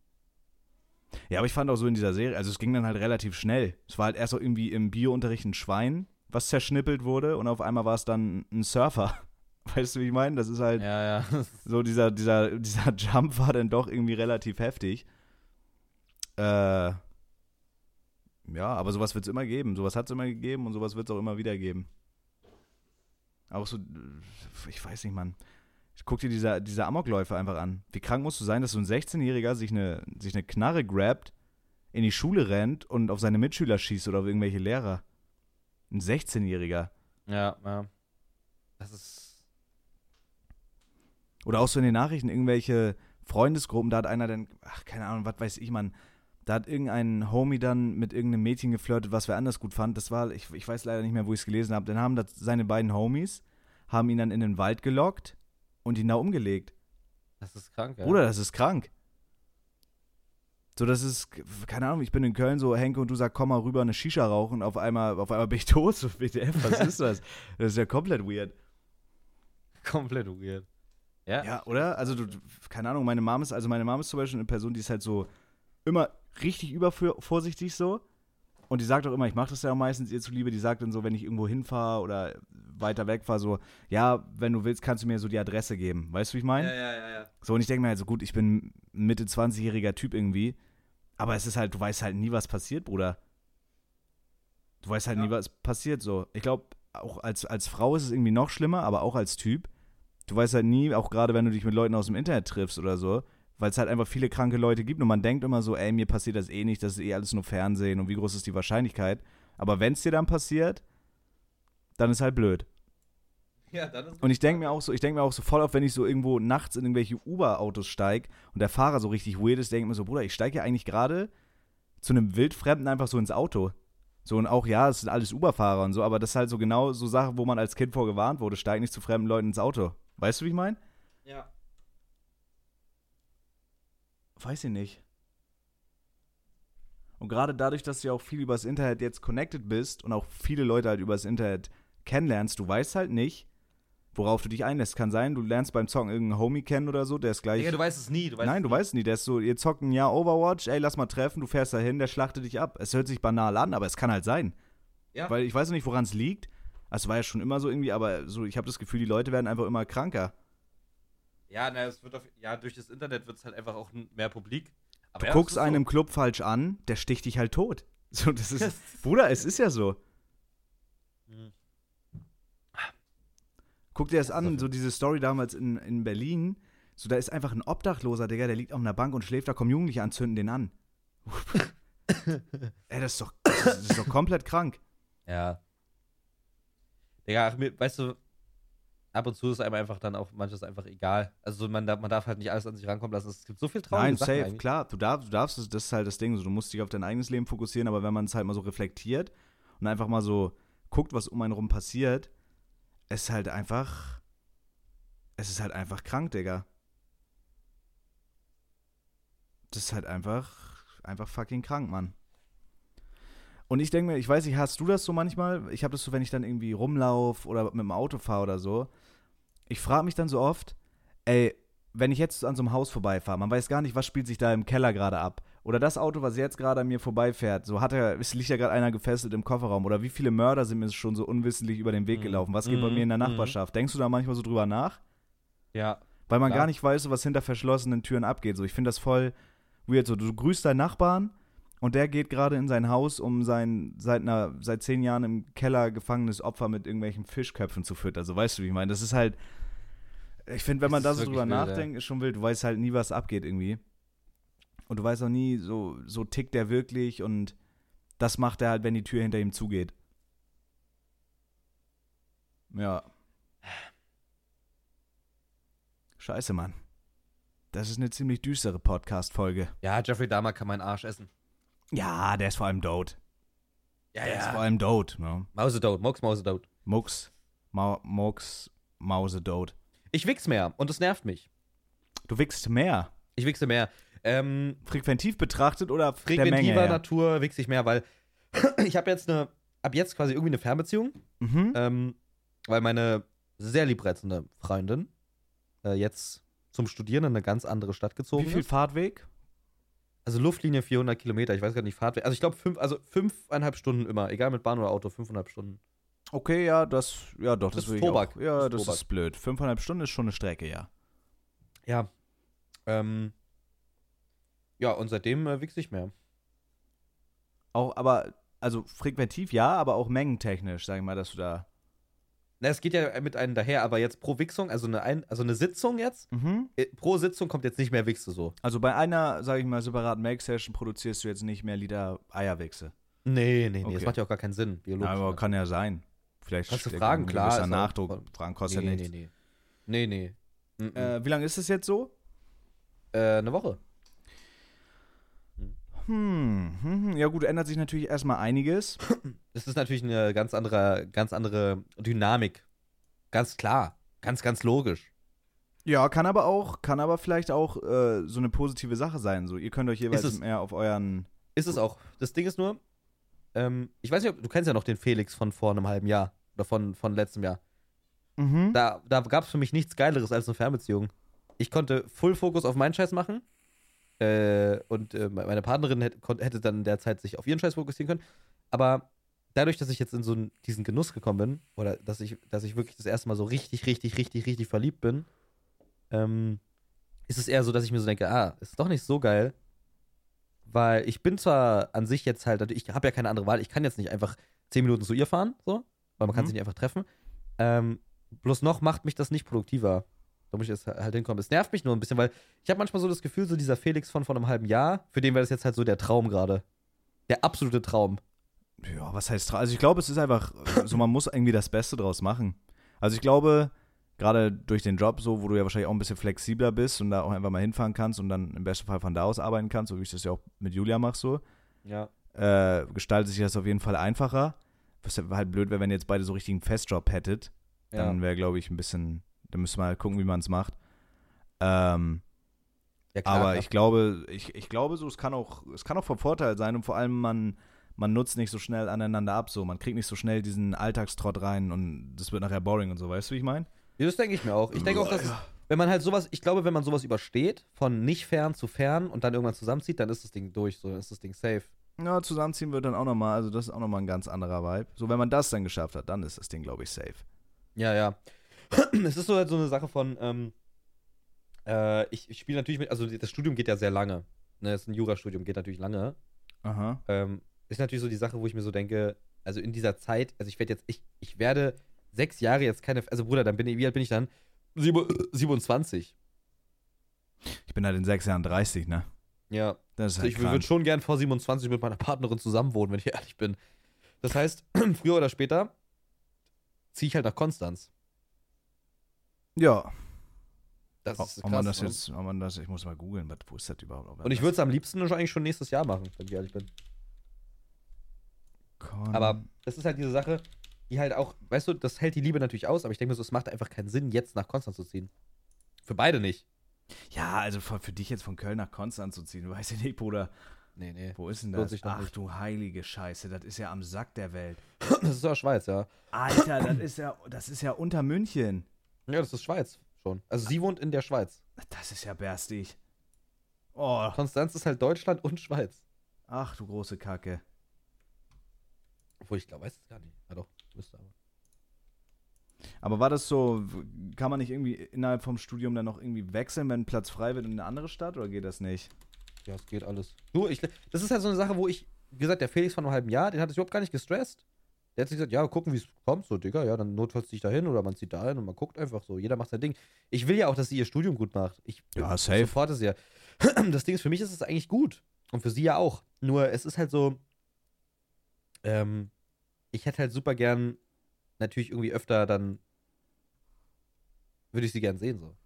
Ja, aber ich fand auch so in dieser Serie, also es ging dann halt relativ schnell. Es war halt erst auch irgendwie im Biounterricht ein Schwein, was zerschnippelt wurde und auf einmal war es dann ein Surfer. Weißt du, wie ich meine? Das ist halt Ja, ja. so, dieser, dieser, dieser Jump war dann doch irgendwie relativ heftig. Äh, ja, aber sowas wird es immer geben. Sowas hat es immer gegeben und sowas wird es auch immer wieder geben. Auch so, ich weiß nicht, Mann. Guck dir diese, diese Amokläufe einfach an. Wie krank musst du sein, dass so ein sechzehnjähriger sich eine, sich eine Knarre grabt, in die Schule rennt und auf seine Mitschüler schießt oder auf irgendwelche Lehrer. Ein sechzehnjähriger. Ja, ja. Das ist. Oder auch so in den Nachrichten irgendwelche Freundesgruppen, da hat einer dann, ach, keine Ahnung, was weiß ich, Mann, da hat irgendein Homie dann mit irgendeinem Mädchen geflirtet, was wer anders gut fand. Das war, ich, ich weiß leider nicht mehr, wo ich es gelesen habe. Dann haben das seine beiden Homies, haben ihn dann in den Wald gelockt und ihn da umgelegt. Das ist krank, ja. Bruder, das ist krank. So, das ist, keine Ahnung, ich bin in Köln, so Henke und du sagst, komm mal rüber eine Shisha rauchen, auf einmal, auf einmal bin ich tot, so W T F, was ist das? Das ist ja komplett weird. Komplett weird. Ja. Ja, oder? Also, du, keine Ahnung, meine Mom ist, also meine Mom ist zum Beispiel eine Person, die ist halt so immer richtig übervorsichtig so. Und die sagt auch immer, ich mache das ja auch meistens ihr zuliebe, die sagt dann so, wenn ich irgendwo hinfahre oder weiter weg fahre, so, ja, wenn du willst, kannst du mir so die Adresse geben. Weißt du, wie ich meine? Ja, ja, ja, ja. So, und ich denke mir halt so, gut, ich bin ein Mitte zwanzigjähriger Typ irgendwie, aber es ist halt, du weißt halt nie, was passiert, Bruder. Du weißt halt Ja. nie, was passiert, so. Ich glaube, auch als, als Frau ist es irgendwie noch schlimmer, aber auch als Typ, du weißt halt nie, auch gerade wenn du dich mit Leuten aus dem Internet triffst oder so, weil es halt einfach viele kranke Leute gibt und man denkt immer so, ey, mir passiert das eh nicht, das ist eh alles nur Fernsehen und wie groß ist die Wahrscheinlichkeit. Aber wenn es dir dann passiert, dann ist halt blöd. Ja, dann ist Und ich denke mir auch so, ich denke mir auch so voll auf, wenn ich so irgendwo nachts in irgendwelche Uber-Autos steige und der Fahrer so richtig weird ist, denke ich mir so, Bruder, ich steige ja eigentlich gerade zu einem Wildfremden einfach so ins Auto. So, und auch, ja, es sind alles Uber-Fahrer und so, aber das ist halt so genau so Sachen, wo man als Kind vorgewarnt wurde, steig nicht zu fremden Leuten ins Auto. Weißt du, wie ich meine? Ja. Weiß ich nicht. Und gerade dadurch, dass du ja auch viel übers Internet jetzt connected bist und auch viele Leute halt übers Internet kennenlernst, du weißt halt nicht, worauf du dich einlässt. Kann sein, du lernst beim Zocken irgendeinen Homie kennen oder so, der ist gleich. Digga, du weißt es nie. Du weißt Nein, es du nie. weißt nie, der ist so, ihr zockt ein Jahr Overwatch, ey, lass mal treffen, du fährst dahin, der schlachtet dich ab. Es hört sich banal an, aber es kann halt sein. Ja. Weil ich weiß noch nicht, woran es liegt. Es war ja schon immer so irgendwie, aber so, ich habe das Gefühl, die Leute werden einfach immer kranker. Ja, na, es wird auf, ja, durch das Internet wird es halt einfach auch mehr publik. Aber Du ja, guckst das ist einen im Club falsch an, der sticht dich halt tot. So, das ist, Bruder, es ist ja so. so. Mhm. Guck dir das Das ist an, auf- so diese Story damals in, in Berlin. So, da ist einfach ein Obdachloser, Digga, der liegt auf einer Bank und schläft, da kommen Jugendliche an, zünden den an. Ey, das ist doch, das ist doch komplett krank. Ja. Digga, ach, mir, weißt du, ab und zu ist einem einfach dann auch manches einfach egal. Also man darf, man darf halt nicht alles an sich rankommen lassen. Es gibt so viel traurige Nein, Sachen safe, eigentlich. klar, du darfst, du darfst, das ist halt das Ding, so, du musst dich auf dein eigenes Leben fokussieren, aber wenn man es halt mal so reflektiert und einfach mal so guckt, was um einen rum passiert, es ist halt einfach, es ist halt einfach krank, Digga. Das ist halt einfach, einfach fucking krank, Mann. Und ich denke mir, ich weiß nicht, hast du das so manchmal? Ich habe das so, wenn ich dann irgendwie rumlaufe oder mit dem Auto fahre oder so. Ich frage mich dann so oft, ey, wenn ich jetzt an so einem Haus vorbeifahre, man weiß gar nicht, was spielt sich da im Keller gerade ab. Oder das Auto, was jetzt gerade an mir vorbeifährt, so hat er, es liegt ja gerade einer gefesselt im Kofferraum. Oder wie viele Mörder sind mir schon so unwissentlich über den Weg Mhm. gelaufen? Was geht bei Mhm. mir in der Mhm. Nachbarschaft? Denkst du da manchmal so drüber nach? Ja. Weil man Klar. gar nicht weiß, was hinter verschlossenen Türen abgeht. So, ich finde das voll weird. So, du grüßt deinen Nachbarn und der geht gerade in sein Haus, um sein seit, einer, seit zehn Jahren im Keller gefangenes Opfer mit irgendwelchen Fischköpfen zu füttern. Also weißt du, wie ich meine? Das ist halt, ich finde, wenn man da Das ist so drüber wirklich wild, nachdenkt, ist schon wild. Du weißt halt nie, was abgeht irgendwie. Und du weißt auch nie, so, so tickt der wirklich und das macht er halt, wenn die Tür hinter ihm zugeht. Ja. Scheiße, Mann. Das ist eine ziemlich düstere Podcast-Folge. Ja, Jeffrey Dahmer kann meinen Arsch essen. Ja, der ist vor allem dood. Ja, Der ist vor allem dood. Ne? Mausedote, Mox Mausedote. Mux, Mau, Mux, Mause dood. Ich wichs mehr und das nervt mich. Du wichst mehr. Ich wichse mehr. Ähm, Frequentiv betrachtet oder der Menge frequentiver her? Natur wichse ich mehr, weil ich habe jetzt eine, ab jetzt quasi irgendwie eine Fernbeziehung, Mhm. ähm, weil meine sehr liebreizende Freundin äh, jetzt zum Studieren in eine ganz andere Stadt gezogen Wie viel ist. Fahrtweg? Also Luftlinie vierhundert Kilometer, ich weiß gar nicht, Fahrtweg. Also ich glaube, fünf, also fünfeinhalb Stunden immer, egal mit Bahn oder Auto, fünfeinhalb Stunden. Okay, ja, das, ja doch, das, Das ist würde ich Tobak. auch. Ja, Das ist das Tobak. ist blöd. Fünfeinhalb Stunden ist schon eine Strecke, ja. Ja. Ähm, ja, und seitdem äh, wichse ich mehr. Auch, aber, also frequentiv ja, aber auch mengentechnisch, sag ich mal, dass du da. Na, es geht ja mit einem daher, aber jetzt pro Wichsung, also eine, ein, also eine Sitzung jetzt, Mhm. äh, pro Sitzung kommt jetzt nicht mehr Wichse so. Also bei einer, sag ich mal, separaten Make-Session produzierst du jetzt nicht mehr Liter Eierwichse. Nee, nee, nee, Okay. das macht ja auch gar keinen Sinn, biologisch. Ja, aber ne? kann ja sein. Vielleicht Kannst du steckt fragen, ein klar, gewisser ist auch Nachdruck. voll- Fragen kostet nee, ja nee, nichts. nee, nee. Nee, nee. Mhm. Äh, wie lange ist es jetzt so? Äh, eine Woche. Hm, hm, hm, ja gut, ändert sich natürlich erstmal einiges. Das ist natürlich eine ganz andere, ganz andere Dynamik. Ganz klar. Ganz, ganz logisch. Ja, kann aber auch, kann aber vielleicht auch äh, so eine positive Sache sein. So, ihr könnt euch jeweils Ist es. mehr auf euren. Ist es auch. Das Ding ist nur, ähm, ich weiß nicht, ob du kennst ja noch den Felix von vor einem halben Jahr. Oder von, von letztem Jahr. Mhm. Da, da gab es für mich nichts Geileres als eine Fernbeziehung. Ich konnte Full Fokus auf meinen Scheiß machen. Äh, und äh, meine Partnerin hätte, kon- hätte dann in der Zeit sich auf ihren Scheiß fokussieren können. Aber dadurch, dass ich jetzt in so einen, diesen Genuss gekommen bin, oder dass ich, dass ich wirklich das erste Mal so richtig, richtig, richtig, richtig verliebt bin, ähm, ist es eher so, dass ich mir so denke, ah, ist doch nicht so geil. Weil ich bin zwar an sich jetzt halt, ich habe ja keine andere Wahl, ich kann jetzt nicht einfach zehn Minuten zu ihr fahren, so, weil man kann Mhm. sich nicht einfach treffen. Ähm, bloß noch macht mich das nicht produktiver. Da muss ich jetzt halt hinkommen. Es nervt mich nur ein bisschen, weil ich habe manchmal so das Gefühl, so dieser Felix von vor einem halben Jahr, für den wäre das jetzt halt so der Traum gerade. Der absolute Traum. Ja, was heißt. tra- Also, ich glaube, es ist einfach so, man muss irgendwie das Beste draus machen. Also, ich glaube, gerade durch den Job, so, wo du ja wahrscheinlich auch ein bisschen flexibler bist und da auch einfach mal hinfahren kannst und dann im besten Fall von da aus arbeiten kannst, so wie ich das ja auch mit Julia mache, so, Ja. äh, gestaltet sich das auf jeden Fall einfacher. Was halt blöd wäre, wenn ihr jetzt beide so richtigen Festjob hättet. Dann wäre, glaube ich, ein bisschen. Dann müsste man halt gucken, wie man es macht. Ähm, ja klar, aber klar. ich glaube, ich, ich glaube so, es kann auch, es kann auch von Vorteil sein und vor allem man, man nutzt nicht so schnell aneinander ab, so. Man kriegt nicht so schnell diesen Alltagstrott rein und das wird nachher boring und so, weißt du, wie ich meine? Ja, das denke ich mir auch. Ich denke auch, dass es, wenn man halt sowas, ich glaube, wenn man sowas übersteht, von nicht fern zu fern und dann irgendwann zusammenzieht, dann ist das Ding durch, so, dann ist das Ding safe. Ja, zusammenziehen wird dann auch nochmal, also das ist auch nochmal ein ganz anderer Vibe. So, wenn man das dann geschafft hat, dann ist das Ding, glaube ich, safe. Ja, ja. Es ist so halt so eine Sache von, ähm, äh, ich, ich spiele natürlich mit, also das Studium geht ja sehr lange. Ne, das ist ein Jurastudium, geht natürlich lange. Aha. Ähm, ist natürlich so die Sache, wo ich mir so denke, also in dieser Zeit, also ich werde jetzt, ich, ich werde sechs Jahre jetzt keine, also Bruder, dann bin ich, wie alt bin ich dann? Sieben- siebenundzwanzig. Ich bin halt in sechs Jahren dreißig, ne? Ja. Das ist Also halt ich würde krank. schon gern vor siebenundzwanzig mit meiner Partnerin zusammenwohnen, wenn ich ehrlich bin. Das heißt, früher oder später ziehe ich halt nach Konstanz. Ja. Das Ob, ist ob krass. man das ne? jetzt, ob man das, ich muss mal googeln, was- wo ist das überhaupt? Und ich würde es am liebsten schon eigentlich schon nächstes Jahr machen, wenn ich ehrlich bin. Kon- Aber das ist halt diese Sache, die halt auch, weißt du, das hält die Liebe natürlich aus, aber ich denke mir so, es macht einfach keinen Sinn, jetzt nach Konstanz zu ziehen. Für beide nicht. Ja, also für, für dich jetzt von Köln nach Konstanz zu ziehen, du weißt ja nicht, Bruder. Nee, nee. Wo ist denn Lohnt das? sich doch Ach nicht. du heilige Scheiße, das ist ja am Sack der Welt. Das ist ja Schweiz, ja. Alter, das ist ja, das ist ja unter München. Ja, das ist Schweiz schon. Also sie wohnt in der Schweiz. Das ist ja berstig. Oh, Konstanz ist halt Deutschland und Schweiz. ach du große Kacke. Obwohl ich glaube, weiß es gar nicht. Ja doch, müsste aber. Aber war das so, kann man nicht irgendwie innerhalb vom Studium dann noch irgendwie wechseln, wenn ein Platz frei wird in eine andere Stadt, oder geht das nicht? Ja, es geht alles. Du, ich, das ist halt so eine Sache, wo ich, wie gesagt, der Felix von einem halben Jahr, den hat es überhaupt gar nicht gestresst. Der hat sich gesagt, ja, gucken, wie es kommt, so, Digga, ja, dann notfalls ziehe ich da hin oder man zieht da hin und man guckt einfach so. Jeder macht sein Ding. Ich will ja auch, dass sie ihr Studium gut macht. Ich Ja, safe. supporte sie ja. Das Ding ist, für mich ist es eigentlich gut. Und für sie ja auch. Nur, es ist halt so, ähm, ich hätte halt super gern natürlich irgendwie öfter dann, würde ich sie gern sehen, so.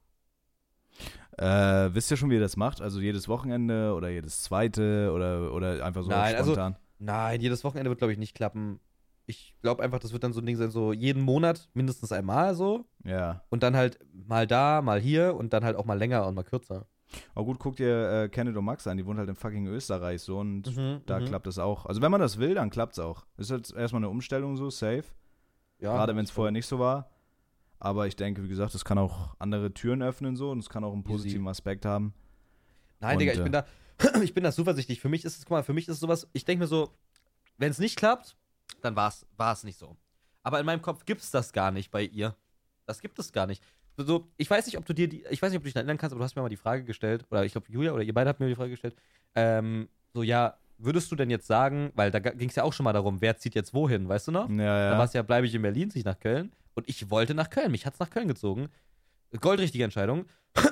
Äh, wisst ihr schon, wie ihr das macht? Also jedes Wochenende oder jedes zweite oder, oder einfach so Nein, also- spontan? Nein, jedes Wochenende wird, glaube ich, nicht klappen. Ich glaube einfach, das wird dann so ein Ding sein, so jeden Monat mindestens einmal so. Ja. Und dann halt mal da, mal hier und dann halt auch mal länger und mal kürzer. Aber gut, guckt ihr äh, Kenneth und Max an, die wohnt halt in fucking Österreich so und Mhm, da mhm. klappt es auch. Also wenn man das will, dann klappt es auch. Ist jetzt erstmal eine Umstellung so, safe. Ja, Gerade wenn es ich vorher nicht so war. Aber ich denke, wie gesagt, das kann auch andere Türen öffnen so und es kann auch einen Easy. positiven Aspekt haben. Nein, Und, Digga, ich äh, bin da, ich bin da zuversichtlich. Für mich ist es, guck mal, für mich ist es sowas, ich denke mir so, wenn es nicht klappt, dann war es nicht so. Aber in meinem Kopf gibt es das gar nicht bei ihr. Das gibt es gar nicht. So, ich weiß nicht, ob du dir die, ich weiß nicht, ob du dich erinnern kannst, aber du hast mir mal die Frage gestellt, oder ich glaube, Julia oder ihr beide habt mir die Frage gestellt, ähm, so, ja, würdest du denn jetzt sagen, weil da ging es ja auch schon mal darum, wer zieht jetzt wohin, weißt du noch? Ja, Da ja. war es ja, bleibe ich in Berlin, ziehe ich nach Köln. Und ich wollte nach Köln. Mich hat es nach Köln gezogen. Goldrichtige Entscheidung.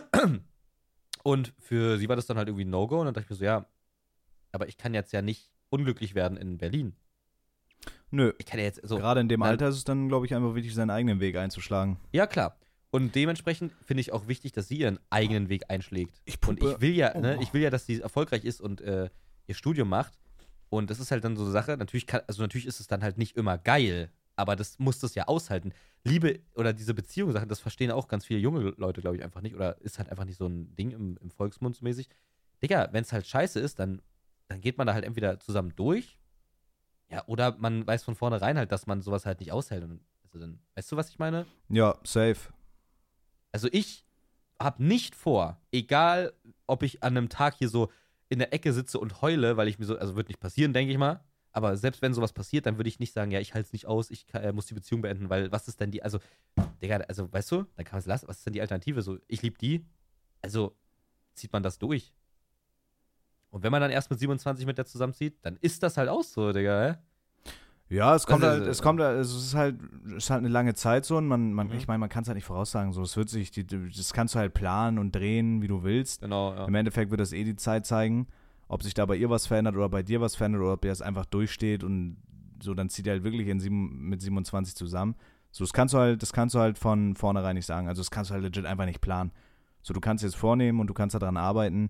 Und für sie war das dann halt irgendwie ein No-Go. Und dann dachte ich mir so, ja, aber ich kann jetzt ja nicht unglücklich werden in Berlin. Nö. Ich kann ja jetzt so. Gerade in dem dann- Alter ist es dann, glaube ich, einfach wichtig, seinen eigenen Weg einzuschlagen. Ja, klar. Und dementsprechend finde ich auch wichtig, dass sie ihren eigenen Weg einschlägt. Ich Und puppe. ich will ja, ne, Oh. ich will ja, dass sie erfolgreich ist und äh, ihr Studium macht. Und das ist halt dann so eine Sache. Natürlich kann, also natürlich ist es dann halt nicht immer geil, aber das muss das ja aushalten. Liebe oder diese Beziehungssachen, das verstehen auch ganz viele junge Leute, glaube ich, einfach nicht. Oder ist halt einfach nicht so ein Ding im, im Volksmund so mäßig. Digga, wenn es halt scheiße ist, dann, dann geht man da halt entweder zusammen durch. Ja, oder man weiß von vornherein halt, dass man sowas halt nicht aushält. Und also dann, weißt du, was ich meine? Ja, safe. Also ich habe nicht vor, egal ob ich an einem Tag hier so in der Ecke sitze und heule, weil ich mir so, also wird nicht passieren, denke ich mal. Aber selbst wenn sowas passiert, dann würde ich nicht sagen, ja, ich halte es nicht aus, ich kann, äh, muss die Beziehung beenden, weil was ist denn die, also, Digga, also, weißt du, dann kann man es lassen, was ist denn die Alternative? So, ich liebe die, also zieht man das durch. Und wenn man dann erst mit siebenundzwanzig mit der zusammenzieht, dann ist das halt auch so, Digga, hä? Ja, es kommt ist, halt, äh, es kommt halt, es ist halt, es ist halt eine lange Zeit so und man, man Mhm. ich meine, man kann es halt nicht voraussagen, so, es wird sich, die, das kannst du halt planen und drehen, wie du willst. Genau, ja. Im Endeffekt wird das eh die Zeit zeigen, ob sich da bei ihr was verändert oder bei dir was verändert oder ob ihr es einfach durchsteht und so, dann zieht ihr halt wirklich in sieben, mit siebenundzwanzig zusammen. So, das kannst du halt, das kannst du halt von vornherein nicht sagen. Also das kannst du halt legit einfach nicht planen. So, du kannst jetzt vornehmen und du kannst daran arbeiten.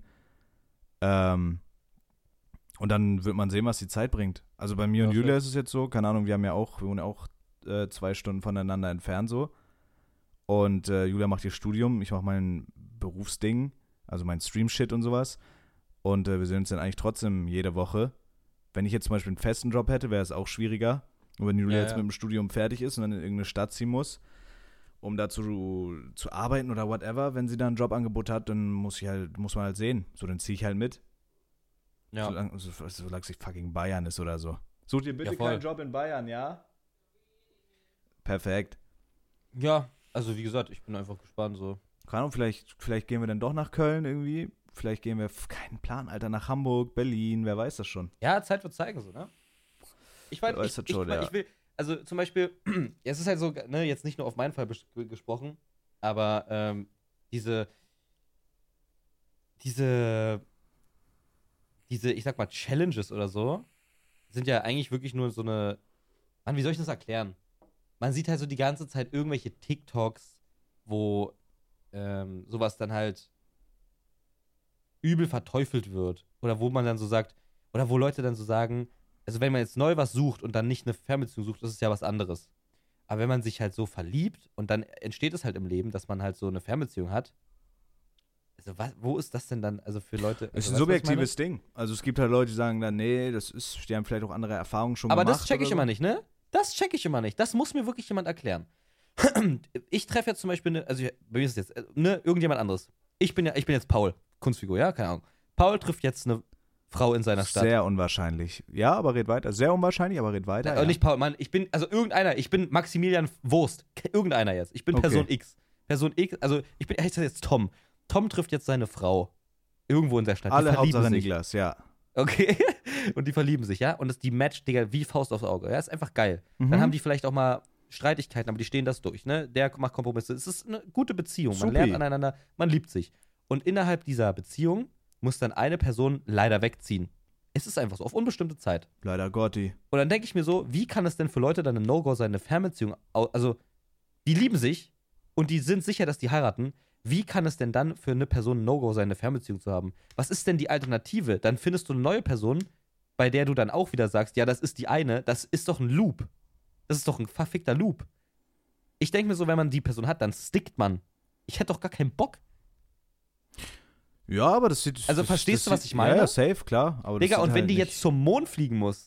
Ähm, und dann wird man sehen, was die Zeit bringt. Also bei mir Ja, und Julia safe. ist es jetzt so, keine Ahnung, wir haben ja auch, wir wohnen ja auch äh, zwei Stunden voneinander entfernt so. Und äh, Julia macht ihr Studium, ich mache mein Berufsding, also mein Stream-Shit und sowas. Und äh, wir sehen uns dann eigentlich trotzdem jede Woche. Wenn ich jetzt zum Beispiel einen festen Job hätte, wäre es auch schwieriger. Und wenn Julia Ja, jetzt ja. mit dem Studium fertig ist und dann in irgendeine Stadt ziehen muss, um da zu, zu arbeiten oder whatever, wenn sie da ein Jobangebot hat, dann muss ich halt, muss man halt sehen. So, dann ziehe ich halt mit. Ja. Solange so, solange es nicht fucking Bayern ist oder so. Such dir bitte Ja, voll. keinen Job in Bayern, ja? Perfekt. Ja, also wie gesagt, ich bin einfach gespannt, so. Keine Ahnung, vielleicht, vielleicht gehen wir dann doch nach Köln irgendwie. Vielleicht gehen wir, keinen Plan, Alter, nach Hamburg, Berlin, wer weiß das schon. Ja, Zeit wird zeigen, so, ne? Ich weiß, Ja, ich, ist das ich, schon, ich, ja. ich will, also zum Beispiel, ja, es ist halt so, ne, jetzt nicht nur auf meinen Fall bes- gesprochen, aber ähm, diese, diese, diese, ich sag mal, Challenges oder so, sind ja eigentlich wirklich nur so eine, Mann, wie soll ich das erklären? Man sieht halt so die ganze Zeit irgendwelche TikToks, wo ähm, sowas dann halt übel verteufelt wird. Oder wo man dann so sagt, oder wo Leute dann so sagen, also wenn man jetzt neu was sucht und dann nicht eine Fernbeziehung sucht, das ist ja was anderes. Aber wenn man sich halt so verliebt und dann entsteht es halt im Leben, dass man halt so eine Fernbeziehung hat, also was, wo ist das denn dann, also für Leute? Es ist also, ein weißt du, was ich meine? subjektives Ding. Also es gibt halt Leute, die sagen dann, nee, das ist, die haben vielleicht auch andere Erfahrungen schon Aber gemacht. das check ich oder immer so. nicht, ne? Das check ich immer nicht. Das muss mir wirklich jemand erklären. Ich treffe jetzt zum Beispiel, eine, also bei mir ist es jetzt, äh, ne, irgendjemand anderes. Ich bin ja, ich bin jetzt Paul, Kunstfigur, ja, keine Ahnung. Paul trifft jetzt eine Frau in seiner Stadt. Sehr unwahrscheinlich. Ja, aber red weiter. Sehr unwahrscheinlich, aber red weiter. Ja, Ja. und nicht Paul, Mann, ich bin, also irgendeiner, ich bin Maximilian Wurst. Irgendeiner jetzt. Ich bin Okay. Person X. Person X, also ich bin, ich sag jetzt Tom. Tom trifft jetzt seine Frau. Irgendwo in der Stadt. Die Alle verlieben Hauptsache sich. Niklas, ja. Okay. Und die verlieben sich, ja? Und das, die matcht, Digga, wie Faust aufs Auge. Ja, ist einfach geil. Mhm. Dann haben die vielleicht auch mal Streitigkeiten, aber die stehen das durch, ne? Der macht Kompromisse. Es ist eine gute Beziehung. Man Supi. lernt aneinander, man liebt sich. Und innerhalb dieser Beziehung muss dann eine Person leider wegziehen. Es ist einfach so, auf unbestimmte Zeit. Leider Gotti. Und dann denke ich mir so, wie kann es denn für Leute dann ein No-Go sein, eine Fernbeziehung, au- also die lieben sich und die sind sicher, dass die heiraten. Wie kann es denn dann für eine Person ein No-Go sein, eine Fernbeziehung zu haben? Was ist denn die Alternative? Dann findest du eine neue Person, bei der du dann auch wieder sagst, ja, das ist die eine, das ist doch ein Loop. Das ist doch ein verfickter Loop. Ich denke mir so, wenn man die Person hat, dann stickt man. Ich hätte doch gar keinen Bock. Ja, aber das sieht. Also das, verstehst das du, was sieht, ich meine? Ja, ja, safe, klar. Aber das Digga, sieht und halt wenn die nicht, jetzt zum Mond fliegen muss,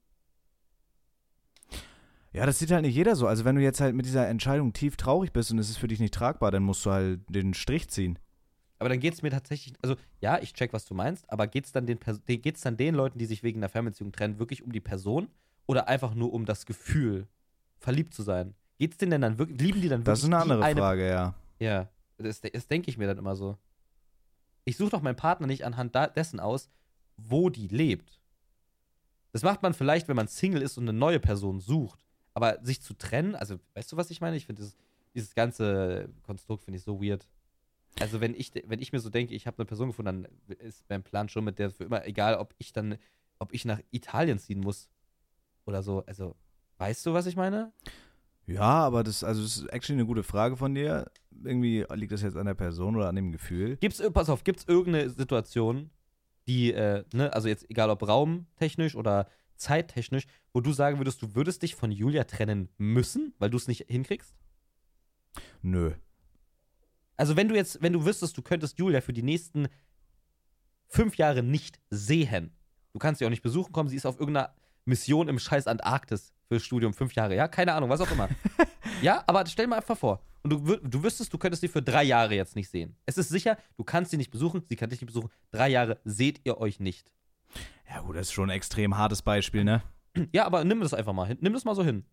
Ja, das sieht halt nicht jeder so. Also, wenn du jetzt halt mit dieser Entscheidung tief traurig bist und es ist für dich nicht tragbar, dann musst du halt den Strich ziehen. aber dann geht's mir tatsächlich, also ja, ich check, was du meinst, aber geht's dann den, Pers- den- geht's dann den Leuten, die sich wegen einer Fernbeziehung trennen, wirklich um die Person oder einfach nur um das Gefühl, verliebt zu sein? Geht's denen denn dann wirklich, lieben die dann wirklich Das ist eine die andere Frage, ja. Ja, das, das denke ich mir dann immer so. Ich suche doch meinen Partner nicht anhand da, dessen aus, wo die lebt. Das macht man vielleicht, wenn man Single ist und eine neue Person sucht. Aber sich zu trennen, also weißt du, was ich meine? Ich finde dieses, dieses ganze Konstrukt finde ich so weird. Also wenn ich, wenn ich mir so denke, ich habe eine Person gefunden, dann ist mein Plan schon mit der für immer, egal ob ich dann, ob ich nach Italien ziehen muss oder so. Also, weißt du, was ich meine? Ja, aber das, also das ist actually eine gute Frage von dir. Irgendwie liegt das jetzt an der Person oder an dem Gefühl. Gibt's, äh, pass auf, gibt's irgendeine Situation, die, äh, ne, also jetzt egal ob raumtechnisch oder zeittechnisch, wo du sagen würdest, du würdest dich von Julia trennen müssen, weil du es nicht hinkriegst? Nö. Also wenn du jetzt, wenn du wüsstest, du könntest Julia für die nächsten fünf Jahre nicht sehen, du kannst sie auch nicht besuchen kommen, sie ist auf irgendeiner Mission im scheiß Antarktis fürs Studium, fünf Jahre, ja? Keine Ahnung, was auch immer. Ja, aber stell dir mal einfach vor. Und du, wür- du wüsstest, du könntest sie für drei Jahre jetzt nicht sehen. Es ist sicher, du kannst sie nicht besuchen, sie kann dich nicht besuchen. Drei Jahre seht ihr euch nicht. Ja, gut, das ist schon ein extrem hartes Beispiel, ne? Ja, aber nimm das einfach mal hin. Nimm das mal so hin.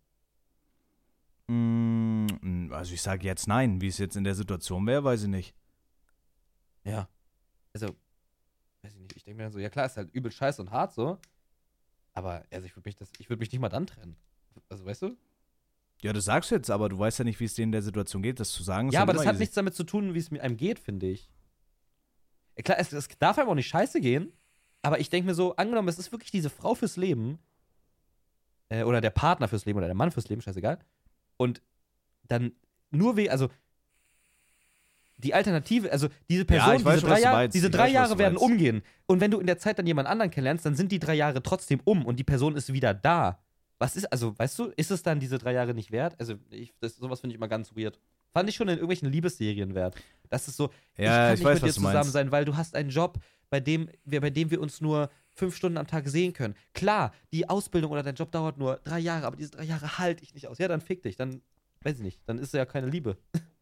Mm, Also, ich sage jetzt nein. Wie es jetzt in der Situation wäre, weiß ich nicht. Ja. Also, weiß ich nicht. Ich denke mir dann so, ja klar, ist halt übel scheiße und hart so. Aber, also ich würde mich, das- ich würd mich nicht mal dann trennen. Also, weißt du? Ja, das sagst du jetzt, aber du weißt ja nicht, wie es denen in der Situation geht, das zu sagen. ist Ja, halt aber das immer hat easy. nichts damit zu tun, wie es mir einem geht, finde ich. Ja, klar, es, es darf einem auch nicht scheiße gehen. Aber ich denke mir so, angenommen, es ist wirklich diese Frau fürs Leben. Äh, oder der Partner fürs Leben oder der Mann fürs Leben, scheißegal. Und dann nur wegen, also die Alternative, also diese Person, ich weiß diese schon, drei, was du Jahre, meinst. diese Ich drei weiß, was Jahre du werden meinst. umgehen. Und wenn du in der Zeit dann jemand anderen kennenlernst, dann sind die drei Jahre trotzdem um und die Person ist wieder da. Was ist, also, weißt du, ist es dann diese drei Jahre nicht wert? Also, ich, das, sowas finde ich immer ganz weird. Fand ich schon in irgendwelchen Liebesserien wert. Das ist so, ich Ja, kann ich nicht weiß, mit dir was du zusammen meinst. sein, weil du hast einen Job, bei dem wir, bei dem wir uns nur fünf Stunden am Tag sehen können. Klar, die Ausbildung oder dein Job dauert nur drei Jahre, aber diese drei Jahre halte ich nicht aus. Ja, dann fick dich, dann, weiß ich nicht, dann ist es ja keine Liebe.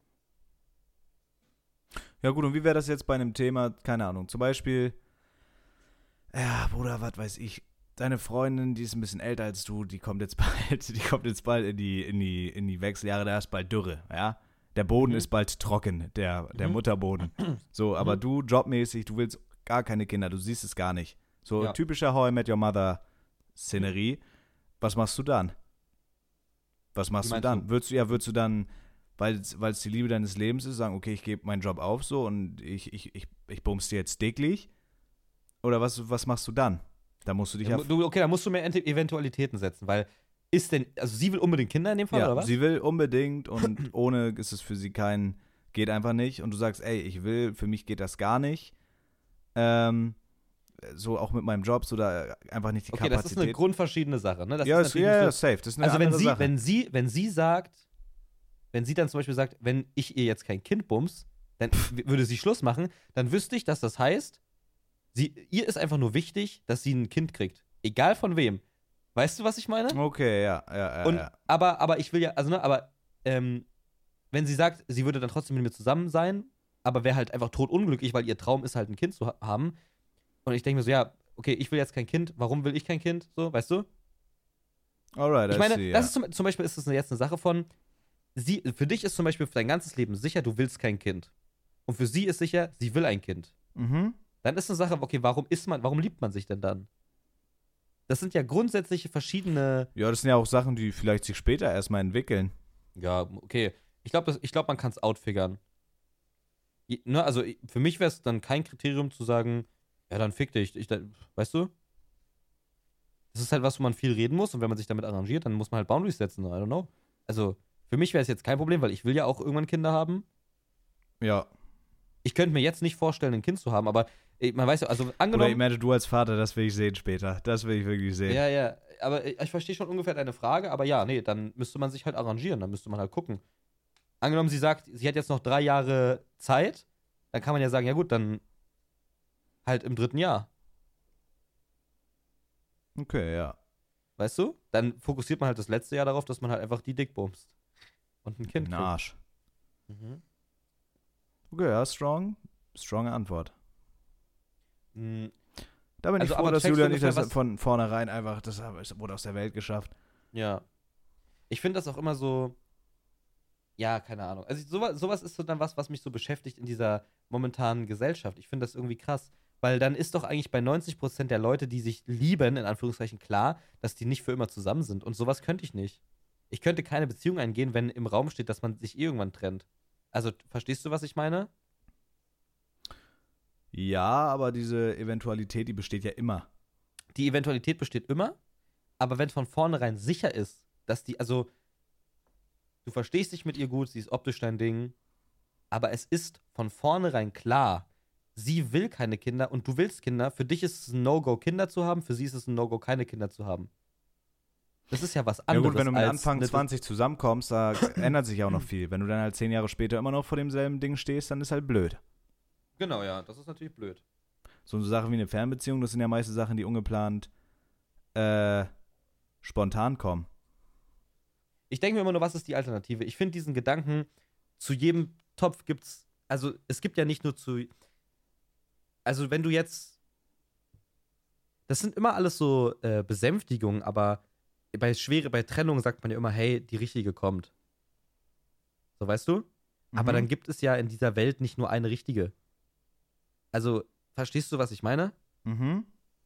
Ja, gut, und wie wäre das jetzt bei einem Thema, keine Ahnung, zum Beispiel, ja, Bruder, was weiß ich, deine Freundin, die ist ein bisschen älter als du, die kommt jetzt bald, die kommt jetzt bald in die, in die, in die Wechseljahre, da ist bald Dürre, ja. Der Boden Mhm. ist bald trocken, der, der Mhm. Mutterboden. So, aber Mhm. du, jobmäßig, du willst gar keine Kinder, du siehst es gar nicht. So Ja. typischer How I Met Your Mother Szenerie. Was machst du dann? Was machst Wie du meinst dann? du? Würdest du, ja, würdest du dann, weil es die Liebe deines Lebens ist, sagen, okay, ich gebe meinen Job auf so und ich, ich, ich, ich bumst dir jetzt dicklich? Oder was, was machst du dann? Da musst du dich ja. Ja, du, okay, da musst du mehr Ent- Eventualitäten setzen, weil ist denn, also sie will unbedingt Kinder in dem Fall, Ja, oder was? sie will unbedingt und ohne ist es für sie kein, geht einfach nicht. Und du sagst, ey, ich will, für mich geht das gar nicht. Ähm, so auch mit meinem Job, so da einfach nicht die Okay, das Kapazität. ist eine grundverschiedene Sache, ne? Das ja, ist ist, natürlich ja, nicht ja, so- safe. Das ist eine Also wenn andere sie, Sache. wenn sie, wenn sie sagt, wenn sie dann zum Beispiel sagt, wenn ich ihr jetzt kein Kind bums, dann w- würde sie Schluss machen, dann wüsste ich, dass das heißt, sie, ihr ist einfach nur wichtig, dass sie ein Kind kriegt. Egal von wem. Weißt du, was ich meine? Okay, ja, ja, ja. Und, ja. aber, aber ich will ja, also ne, aber, ähm, wenn sie sagt, sie würde dann trotzdem mit mir zusammen sein, aber wäre halt einfach totunglücklich, weil ihr Traum ist halt ein Kind zu ha haben. Und ich denke mir so, ja, okay, ich will jetzt kein Kind, warum will ich kein Kind? So, weißt du? Alright, Ich meine, see, das ja. ist zum, zum Beispiel ist das jetzt eine Sache von, sie, für dich ist zum Beispiel für dein ganzes Leben sicher, du willst kein Kind. Und für sie ist sicher, sie will ein Kind. Mhm. Dann ist eine Sache, okay, warum ist man, warum liebt man sich denn dann? Das sind ja grundsätzliche verschiedene. Ja, das sind ja auch Sachen, die vielleicht sich später erstmal entwickeln. Ja, okay. Ich glaube, ich glaub, man kann es outfigern. Je- Ne, also ich- für mich wäre es dann kein Kriterium zu sagen, ja, dann fick dich. Ich, dann, weißt du? Das ist halt was, wo man viel reden muss und wenn man sich damit arrangiert, dann muss man halt Boundaries setzen. I don't know. Also für mich wäre es jetzt kein Problem, weil ich will ja auch irgendwann Kinder haben. Ja. Ich könnte mir jetzt nicht vorstellen, ein Kind zu haben, aber eh, man weiß ja, also Oder angenommen. ich meine, du als Vater, das will ich sehen später. Das will ich wirklich sehen. Ja, ja, aber ich ich verstehe schon ungefähr deine Frage, aber ja, nee, dann müsste man sich halt arrangieren, dann müsste man halt gucken. Angenommen, sie sagt, sie hat jetzt noch drei Jahre Zeit, dann kann man ja sagen, ja gut, dann halt im dritten Jahr, Okay, ja. weißt du? Dann fokussiert man halt das letzte Jahr darauf, dass man halt einfach die dick bumst und ein Kind Ein kriegt. Arsch. Mhm. Okay, ja, strong. Stronge Antwort. Mhm. Da bin Also, ich froh, aber dass checkst Julia du nicht ungefähr, das was- von vornherein einfach, das wurde aus der Welt geschafft. Ja. Ich finde das auch immer so, ja, keine Ahnung. Also sowas, sowas ist so dann was, was mich so beschäftigt in dieser momentanen Gesellschaft. Ich finde das irgendwie krass, weil dann ist doch eigentlich bei neunzig Prozent der Leute, die sich lieben, in Anführungszeichen klar, dass die nicht für immer zusammen sind. Und sowas könnte ich nicht. Ich könnte keine Beziehung eingehen, wenn im Raum steht, dass man sich irgendwann trennt. Also, verstehst du, was ich meine? Ja, aber diese Eventualität, die besteht ja immer. Die Eventualität besteht immer, aber wenn von vornherein sicher ist, dass die, also, du verstehst dich mit ihr gut, sie ist optisch dein Ding, aber es ist von vornherein klar, sie will keine Kinder und du willst Kinder. Für dich ist es ein No-Go, Kinder zu haben, für sie ist es ein No-Go, keine Kinder zu haben. Das ist ja was Ja anderes. gut, wenn du mit als Anfang eine- zwanzig zusammenkommst, da ändert sich ja auch noch viel. Wenn du dann halt zehn Jahre später immer noch vor demselben Ding stehst, dann ist halt blöd. Genau, ja, das ist natürlich blöd. So eine Sache wie eine Fernbeziehung, das sind ja meiste Sachen, die ungeplant äh, spontan kommen. Ich denke mir immer nur, was ist die Alternative? Ich finde diesen Gedanken, zu jedem Topf gibt's, also es gibt ja nicht nur zu, also wenn du jetzt, das sind immer alles so äh, Besänftigungen, aber bei Schwere, bei Trennung sagt man ja immer, hey, die richtige kommt. So, weißt du? Aber Mhm. dann gibt es ja in dieser Welt nicht nur eine richtige. Also, verstehst du, was ich meine? Mhm.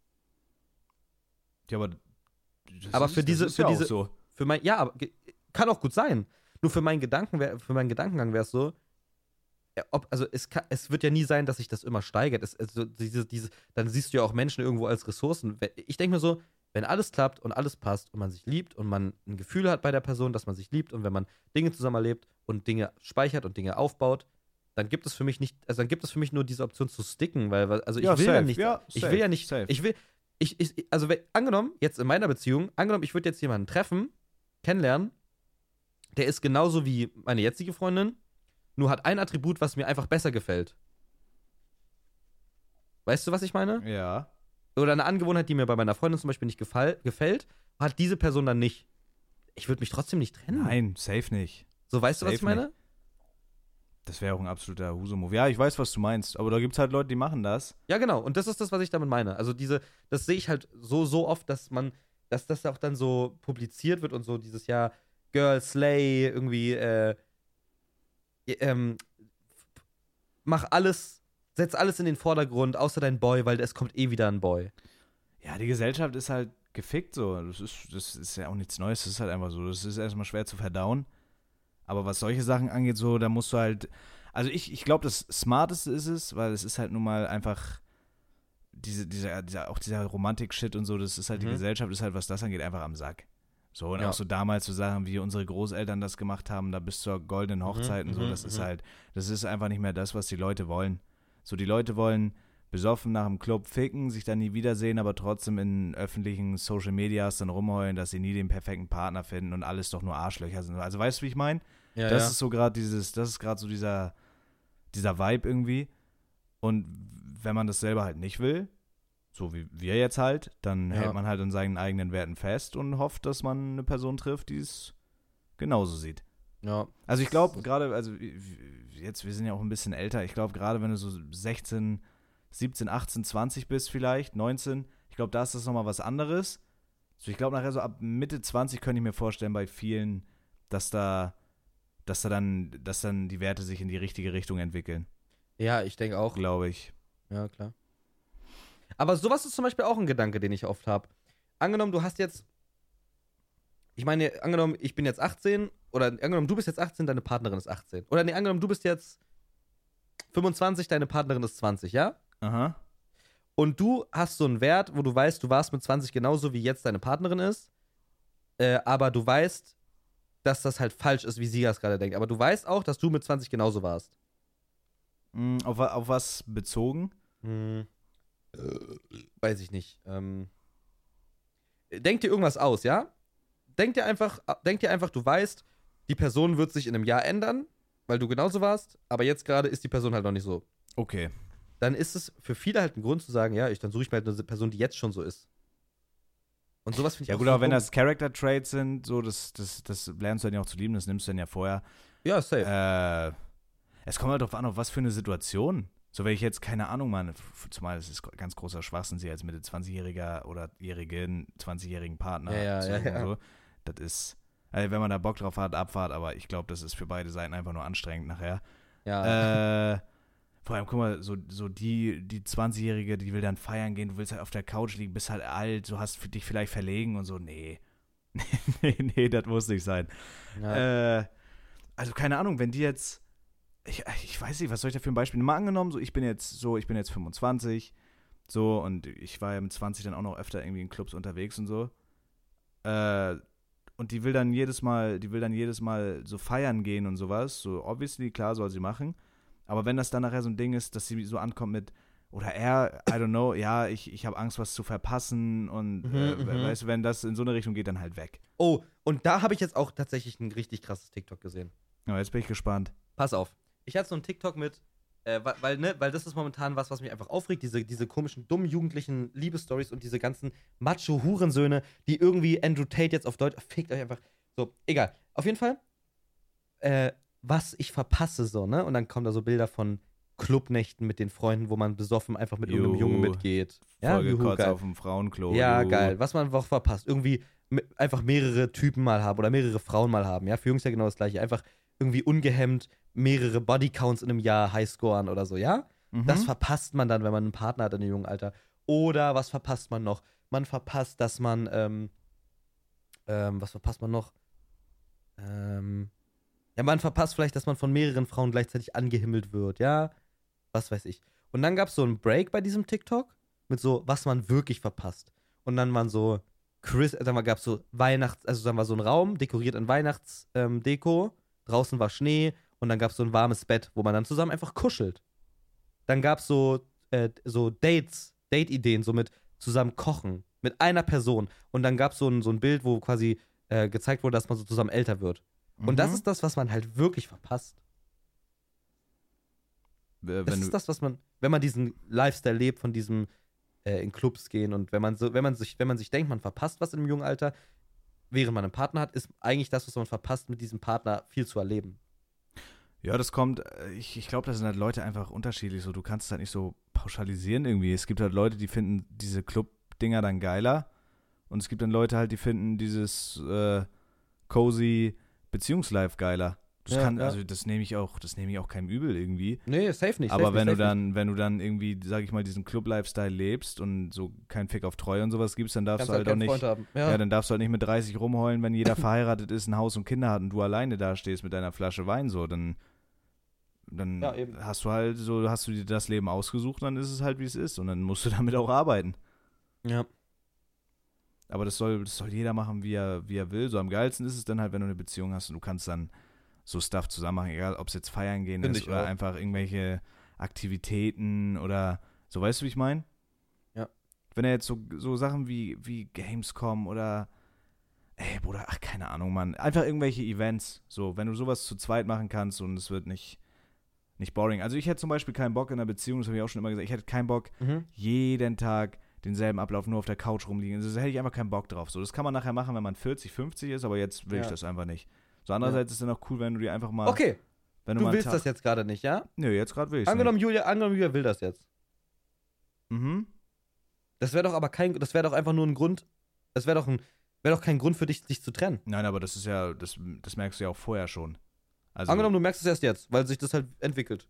Ja, aber das Aber ist, für diese- das ist für ja diese- auch so. Für mein, ja, aber ge- kann auch gut sein. Nur für meinen Gedanken, wär, für meinen Gedankengang wäre es so, ja, ob, also es, kann, es wird ja nie sein, dass sich das immer steigert. Es, also diese, diese, dann siehst du ja auch Menschen irgendwo als Ressourcen. We- Ich denke mir so, wenn alles klappt und alles passt und man sich liebt und man ein Gefühl hat bei der Person, dass man sich liebt und wenn man Dinge zusammen erlebt und Dinge speichert und Dinge aufbaut, dann gibt es für mich nicht, also dann gibt es für mich nur diese Option zu sticken, weil, weil- also ich Ja, will ja safe, nicht, ja, ich safe, will ja nicht, safe. ich will, ich, ich, also wenn, angenommen, jetzt in meiner Beziehung, angenommen, ich würde jetzt jemanden treffen, kennenlernen, der ist genauso wie meine jetzige Freundin, nur hat ein Attribut, was mir einfach besser gefällt. Weißt du, was ich meine? Ja. Oder eine Angewohnheit, die mir bei meiner Freundin zum Beispiel nicht gefall, gefällt, hat diese Person dann nicht. Ich würde mich trotzdem nicht trennen. Nein, safe nicht. So, weißt du, was safe ich meine? Das wäre auch ein absoluter Huso-Move. Ja, ich weiß, was du meinst, aber da gibt es halt Leute, die machen das. Ja, genau. Und das ist das, was ich damit meine. Also diese, das sehe ich halt so, so oft, dass man, dass das auch dann so publiziert wird und so dieses Jahr Girl Slay irgendwie, äh, ähm, mach alles, setz alles in den Vordergrund, außer dein Boy, weil es kommt eh wieder ein Boy. Ja, die Gesellschaft ist halt gefickt so. Das ist, das ist ja auch nichts Neues, das ist halt einfach so. Das ist erstmal schwer zu verdauen. Aber was solche Sachen angeht, so, da musst du halt. Also ich, ich glaube, das Smarteste ist es, weil es ist halt nun mal einfach diese, dieser, dieser, auch dieser Romantik-Shit und so, das ist halt, Mhm. die Gesellschaft ist halt, was das angeht, einfach am Sack. So, und Ja. auch so damals so Sachen, wie unsere Großeltern das gemacht haben, da bis zur goldenen Hochzeit und so, mhm, das ist mhm. halt, das ist einfach nicht mehr das, was die Leute wollen. So, die Leute wollen besoffen nach dem Club ficken, sich dann nie wiedersehen, aber trotzdem in öffentlichen Social Medias dann rumheulen, dass sie nie den perfekten Partner finden und alles doch nur Arschlöcher sind. Also weißt du, wie ich meine? Ja, das ja. ist so gerade dieses, das ist gerade so dieser, dieser Vibe irgendwie. Und wenn man das selber halt nicht will, so wie wir jetzt halt, dann Ja. hält man halt an seinen eigenen Werten fest und hofft, dass man eine Person trifft, die es genauso sieht. ja. Also ich glaube gerade, also jetzt, wir sind ja auch ein bisschen älter, ich glaube gerade, wenn du so sechzehn, siebzehn, achtzehn, zwanzig bist vielleicht, neunzehn, ich Ich glaube, da ist das nochmal was anderes. So, ich glaube, nachher so ab Mitte zwanzig könnte ich mir vorstellen, bei vielen, dass da, dass da dann, dass dann die Werte sich in die richtige Richtung entwickeln. Ja, ich denke auch. Glaube ich. Ja, klar. Aber sowas ist zum Beispiel auch ein Gedanke, den ich oft habe. Angenommen, du hast jetzt, ich meine, angenommen, ich bin jetzt achtzehn, oder angenommen, du bist jetzt achtzehn, deine Partnerin ist achtzehn. Oder nee, angenommen, du bist jetzt fünfundzwanzig, deine Partnerin ist zwanzig, ja? Aha. Und du hast so einen Wert, wo du weißt, du warst mit zwanzig genauso, wie jetzt deine Partnerin ist, äh, aber du weißt, dass das halt falsch ist, wie sie das gerade denkt. Aber du weißt auch, dass du mit zwanzig genauso warst. Mm, auf, wa- auf was bezogen? Hm. Äh, weiß ich nicht. Ähm, denk dir irgendwas aus, ja? Denk dir einfach, denk dir einfach, du weißt, die Person wird sich in einem Jahr ändern, weil du genauso warst, aber jetzt gerade ist die Person halt noch nicht so. Okay. Dann ist es für viele halt ein Grund zu sagen, ja, ich, dann suche ich mir halt eine Person, die jetzt schon so ist. Und sowas finde ich Ja auch gut, so aber wenn dumm. das Character-Traits sind, so, das, das, das lernst du dann ja auch zu lieben, das nimmst du dann ja vorher. Ja, safe. Äh, es kommt halt drauf an, auf was für eine Situation. So, wenn ich jetzt, keine Ahnung, Mann, zumal es ist ganz großer Schwachsinn, sie als Mitte zwanzigjähriger oder jährigen, zwanzigjährigen Partner Ja, ja, zu ja, suchen, ja. so. Das ist, also wenn man da Bock drauf hat, Abfahrt, aber ich glaube, das ist für beide Seiten einfach nur anstrengend nachher. Ja. Äh, vor allem, guck mal, so, so die, die zwanzigjährige, die will dann feiern gehen, du willst halt auf der Couch liegen, bist halt alt, du hast für dich vielleicht verlegen und so, nee. nee, nee, das muss nicht sein. ja. Äh, also keine Ahnung, wenn die jetzt, ich, ich weiß nicht, was soll ich da für ein Beispiel? Mal angenommen, so ich bin jetzt so, ich bin jetzt fünfundzwanzig, so und ich war ja mit zwanzig dann auch noch öfter irgendwie in Clubs unterwegs und so. Äh, und die will dann jedes Mal, die will dann jedes Mal so feiern gehen und sowas, so obviously, klar, soll sie machen. Aber wenn das dann nachher so ein Ding ist, dass sie so ankommt mit, oder er, I don't know, ja, ich, ich habe Angst, was zu verpassen und Mhm, äh, mhm. weißt du, wenn das in so eine Richtung geht, dann halt weg. Oh, und da habe ich jetzt auch tatsächlich ein richtig krasses TikTok gesehen. Aber jetzt bin ich gespannt. Pass auf. Ich hatte so ein TikTok mit, äh, weil, weil, ne, weil das ist momentan was, was mich einfach aufregt, diese, diese komischen, dummen, jugendlichen Liebesstories und diese ganzen Macho-Hurensöhne, die irgendwie Andrew Tate jetzt auf Deutsch, fickt euch einfach. So, egal. Auf jeden Fall, äh, was ich verpasse so, ne? Und dann kommen da so Bilder von Clubnächten mit den Freunden, wo man besoffen einfach mit irgendeinem Juhu. Jungen mitgeht. Ja, Voll juhu, gekotzt geil. auf dem Frauenklo. Ja, du. geil. Was man auch verpasst. Irgendwie me- einfach mehrere Typen mal haben oder mehrere Frauen mal haben. Ja, für Jungs ja genau das Gleiche. Einfach irgendwie ungehemmt mehrere Bodycounts in einem Jahr highscoren oder so, ja? Mhm. Das verpasst man dann, wenn man einen Partner hat in einem jungen Alter. Oder was verpasst man noch? Man verpasst, dass man, ähm, ähm, was verpasst man noch? Ähm, ja, man verpasst vielleicht, dass man von mehreren Frauen gleichzeitig angehimmelt wird, ja? Was weiß ich. Und dann gab es so einen Break bei diesem TikTok mit so, was man wirklich verpasst. Und dann waren so, Chris, dann gab es so Weihnachts-, also dann war so ein Raum, dekoriert in Weihnachtsdeko, ähm, Deko. Draußen war Schnee und dann gab es so ein warmes Bett, wo man dann zusammen einfach kuschelt. Dann gab es so, äh, so Dates, Date-Ideen, so mit zusammen kochen, mit einer Person. Und dann gab so es ein, so ein Bild, wo quasi äh, gezeigt wurde, dass man so zusammen älter wird. Und das Mhm. ist das, was man halt wirklich verpasst. Äh, Das wenn du, ist das, was man, wenn man diesen Lifestyle lebt, von diesem äh, in Clubs gehen und wenn man so, wenn man sich, wenn man sich denkt, man verpasst was in einem jungen Alter, während man einen Partner hat, ist eigentlich das, was man verpasst, mit diesem Partner viel zu erleben. ja, das kommt, äh, ich, ich glaube, da sind halt Leute einfach unterschiedlich. So, du kannst es halt nicht so pauschalisieren irgendwie. Es gibt halt Leute, die finden diese Club-Dinger dann geiler. Und es gibt dann Leute halt, die finden dieses äh, cozy Beziehungslife geiler. Das Ja, kann, ja. also das nehme ich auch, das nehme ich auch keinem übel irgendwie. Nee, safe nicht. Aber safe wenn nicht, du safe dann, wenn du dann irgendwie, sag ich mal, diesen Club-Lifestyle lebst und so kein Fick auf Treue und sowas gibst, dann nicht. darfst Kannst du halt auch keinen nicht, Freund haben. Ja. ja, dann darfst du halt nicht mit dreißig rumheulen, wenn jeder verheiratet ist, ein Haus und Kinder hat und du alleine da stehst mit deiner Flasche Wein so, dann, dann Ja, eben. hast du halt so, hast du dir das Leben ausgesucht, dann ist es halt wie es ist und dann musst du damit auch arbeiten. ja. Aber das soll, das soll jeder machen, wie er, wie er will. So am geilsten ist es dann halt, wenn du eine Beziehung hast und du kannst dann so Stuff zusammen machen, egal ob es jetzt feiern gehen Find ist ich oder auch. einfach irgendwelche Aktivitäten oder so, weißt du, wie ich meine? Ja. Wenn er jetzt so, so Sachen wie, wie Gamescom oder ey, Bruder, ach, keine Ahnung, Mann. Einfach irgendwelche Events. So, wenn du sowas zu zweit machen kannst und es wird nicht, nicht boring. Also ich hätte zum Beispiel keinen Bock in einer Beziehung, das habe ich auch schon immer gesagt, ich hätte keinen Bock, Mhm. jeden Tag denselben Ablauf nur auf der Couch rumliegen. Also, da hätte ich einfach keinen Bock drauf. So, das kann man nachher machen, wenn man vierzig, fünfzig ist, aber jetzt will Ja. ich das einfach nicht. So, andererseits ist es dann auch cool, wenn du dir einfach mal, Okay, wenn du, du mal einen willst Tag, das jetzt gerade nicht, ja? Nö, jetzt gerade will ich es Angenommen, Julia, angenommen, Julia will das jetzt. nicht. Mhm. Das wäre doch aber kein, das wäre doch einfach nur ein Grund, das wäre doch ein, wäre doch kein Grund für dich, dich zu trennen. Nein, aber das ist ja, das, das merkst du ja auch vorher schon. Also, Angenommen, du merkst es erst jetzt, weil sich das halt entwickelt.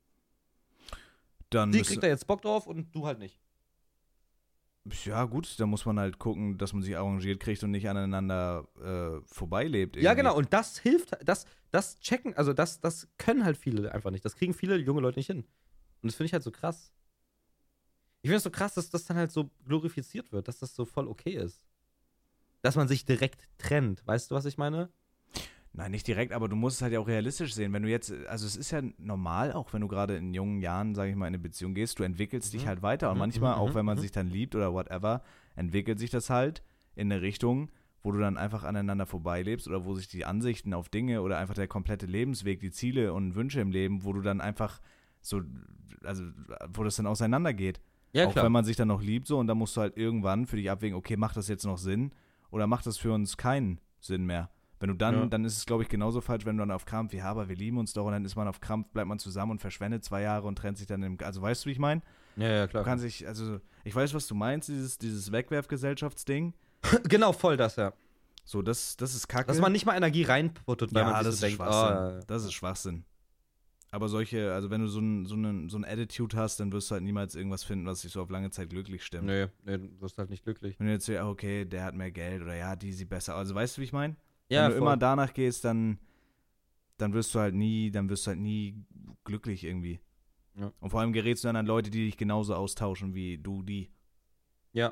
dann Sie müsste- kriegt da jetzt Bock drauf und du halt nicht. Ja, gut, da muss man halt gucken, dass man sich arrangiert kriegt und nicht aneinander äh, vorbeilebt. Ja, irgendwie. genau, und das hilft, das, das checken, also das, das können halt viele einfach nicht. Das kriegen viele junge Leute nicht hin. Und das finde ich halt so krass. Ich finde es so krass, dass das dann halt so glorifiziert wird, dass das so voll okay ist. Dass man sich direkt trennt. Weißt du, was ich meine? Nein, nicht direkt, aber du musst es halt ja auch realistisch sehen. Wenn du jetzt, also es ist ja normal, auch wenn du gerade in jungen Jahren, sage ich mal, in eine Beziehung gehst, du entwickelst Mhm. dich halt weiter. Und Mhm, manchmal, mhm, auch wenn man mhm. sich dann liebt oder whatever, entwickelt sich das halt in eine Richtung, wo du dann einfach aneinander vorbeilebst oder wo sich die Ansichten auf Dinge oder einfach der komplette Lebensweg, die Ziele und Wünsche im Leben, wo du dann einfach so, also wo das dann auseinandergeht. Ja, auch wenn man sich dann noch liebt so und dann musst du halt irgendwann für dich abwägen, okay, macht das jetzt noch Sinn oder macht das für uns keinen Sinn mehr? Wenn du dann, Ja. dann ist es, glaube ich, genauso falsch, wenn du dann auf Krampf, ja, aber wir lieben uns doch und dann ist man auf Krampf, bleibt man zusammen und verschwendet zwei Jahre und trennt sich dann im, also weißt du, wie ich meine? Ja, ja, Du klar. kannst dich, also ich weiß, was du meinst, dieses, dieses Wegwerfgesellschaftsding, Genau, voll das, ja. so, das, das ist kacke. Dass man nicht mal Energie reinputtet, weil ja, man sich das so ist denkt, Schwachsinn, oh, ja. das ist Schwachsinn. Aber solche, also wenn du so ein, so, einen, so ein Attitude hast, dann wirst du halt niemals irgendwas finden, was dich so auf lange Zeit glücklich stimmt. Nee, nee, du wirst halt nicht glücklich. Wenn du jetzt so, ja, okay, der hat mehr Geld oder ja, die sieht besser, also weißt du, wie ich meine? Ja, Wenn du voll. immer danach gehst, dann, dann wirst du halt nie, dann wirst du halt nie glücklich irgendwie. Ja. Und vor allem gerätst du dann an Leute, die dich genauso austauschen wie du die. Ja.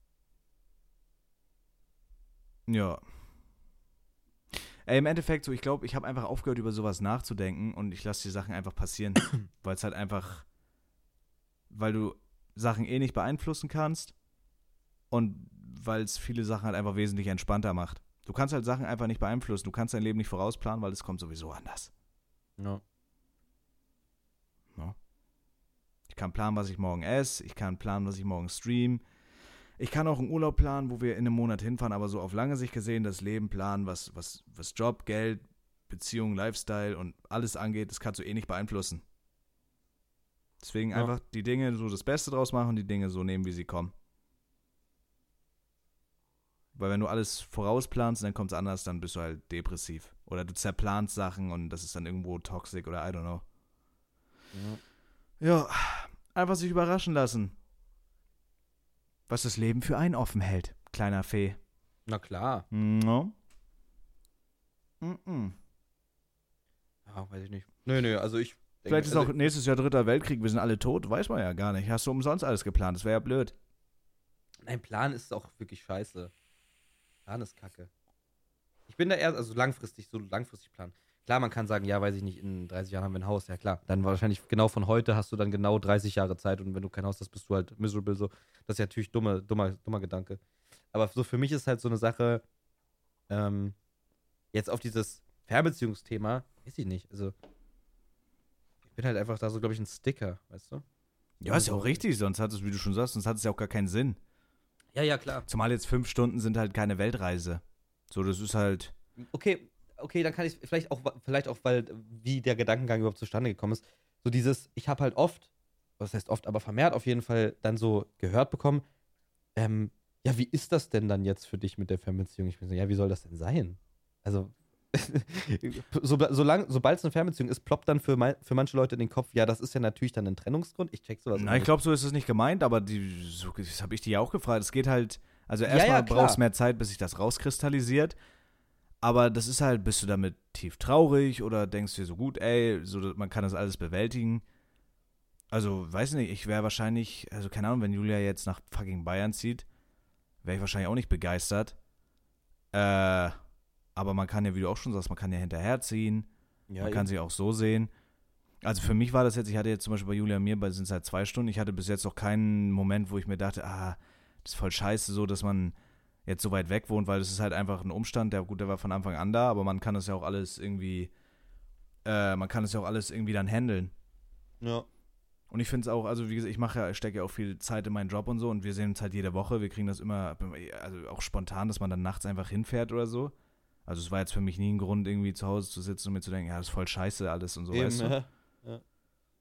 Ja. Ey, im Endeffekt so, ich glaube, ich habe einfach aufgehört, über sowas nachzudenken und ich lasse die Sachen einfach passieren. Weil es halt einfach, weil du Sachen eh nicht beeinflussen kannst und weil es viele Sachen halt einfach wesentlich entspannter macht. Du kannst halt Sachen einfach nicht beeinflussen. Du kannst dein Leben nicht vorausplanen, weil es kommt sowieso anders. Ja. Ich kann planen, was ich morgen esse. Ich kann planen, was ich morgen stream. Ich kann auch einen Urlaub planen, wo wir in einem Monat hinfahren, aber so auf lange Sicht gesehen das Leben planen, was, was, was Job, Geld, Beziehung, Lifestyle und alles angeht, das kannst du eh nicht beeinflussen. Deswegen Ja. einfach die Dinge so das Beste draus machen und die Dinge so nehmen, wie sie kommen. Weil wenn du alles vorausplanst, dann kommt es anders, dann bist du halt depressiv. Oder du zerplanst Sachen und das ist dann irgendwo toxic oder I don't know. Ja. Ja, einfach sich überraschen lassen. Was das Leben für einen offen hält, kleiner Fee. Na klar. No. Mm-mm. Ja, weiß ich nicht. Nö, nö, also ich. Vielleicht ist also, auch nächstes Jahr dritter Weltkrieg, wir sind alle tot, weiß man ja gar nicht. Hast du umsonst alles geplant, das wäre ja blöd. Ein Plan ist auch wirklich scheiße. Plan ist kacke. Ich bin da eher, also langfristig, so langfristig planen. Klar, man kann sagen, ja, weiß ich nicht, in dreißig Jahren haben wir ein Haus. Ja, klar. Dann wahrscheinlich genau von heute hast du dann genau dreißig Jahre Zeit und wenn du kein Haus hast, bist du halt miserable so. Das ist ja natürlich dummer, dummer, dummer Gedanke. Aber so für mich ist halt so eine Sache, ähm, jetzt auf dieses Fernbeziehungsthema, weiß ich nicht. Also, ich bin halt einfach da so, glaube ich, ein Sticker, weißt du? Ja, ist ja auch richtig, sonst hat es, wie du schon sagst, sonst hat es ja auch gar keinen Sinn. Ja, ja, klar. Zumal jetzt fünf Stunden sind halt keine Weltreise. So, das ist halt. Okay, okay, dann kann ich vielleicht auch, vielleicht auch, weil wie der Gedankengang überhaupt zustande gekommen ist, so dieses, ich habe halt oft, was heißt oft, aber vermehrt auf jeden Fall dann so gehört bekommen, ähm, ja, wie ist das denn dann jetzt für dich mit der Fernbeziehung? Ich bin so, ja, wie soll das denn sein? Also, so, solang, sobald es eine Fernbeziehung ist, ploppt dann für, mein, für manche Leute in den Kopf, ja, das ist ja natürlich dann ein Trennungsgrund. Ich check sowas. Na, ich glaube, so ist es nicht gemeint, aber die, so, das habe ich dir ja auch gefragt. Es geht halt, also Ja, erstmal ja, klar. brauchst du mehr Zeit, bis sich das rauskristallisiert. Aber das ist halt, bist du damit tief traurig oder denkst dir so gut, ey, so, man kann das alles bewältigen. Also, weiß nicht, ich wäre wahrscheinlich, also keine Ahnung, wenn Julia jetzt nach fucking Bayern zieht, wäre ich wahrscheinlich auch nicht begeistert. Äh, aber man kann ja, wie du auch schon sagst, man kann ja hinterherziehen. Ja, Man kann sich auch so sehen. Also für mich war das jetzt, ich hatte jetzt zum Beispiel bei Julia und mir, bei sind es halt zwei Stunden, ich hatte bis jetzt noch keinen Moment, wo ich mir dachte, ah, das ist voll scheiße so, dass man jetzt so weit weg wohnt, weil das ist halt einfach ein Umstand, der, gut, der war von Anfang an da, aber man kann das ja auch alles irgendwie, äh, man kann es ja auch alles irgendwie dann handeln. ja. Und ich finde es auch, also wie gesagt, ich mache ja, ich stecke ja auch viel Zeit in meinen Job und so und wir sehen uns halt jede Woche, wir kriegen das immer, also auch spontan, dass man dann nachts einfach hinfährt oder so. Also es war jetzt für mich nie ein Grund, irgendwie zu Hause zu sitzen und mir zu denken, ja, das ist voll scheiße alles und so, Eben, weißt du? ja. Ja.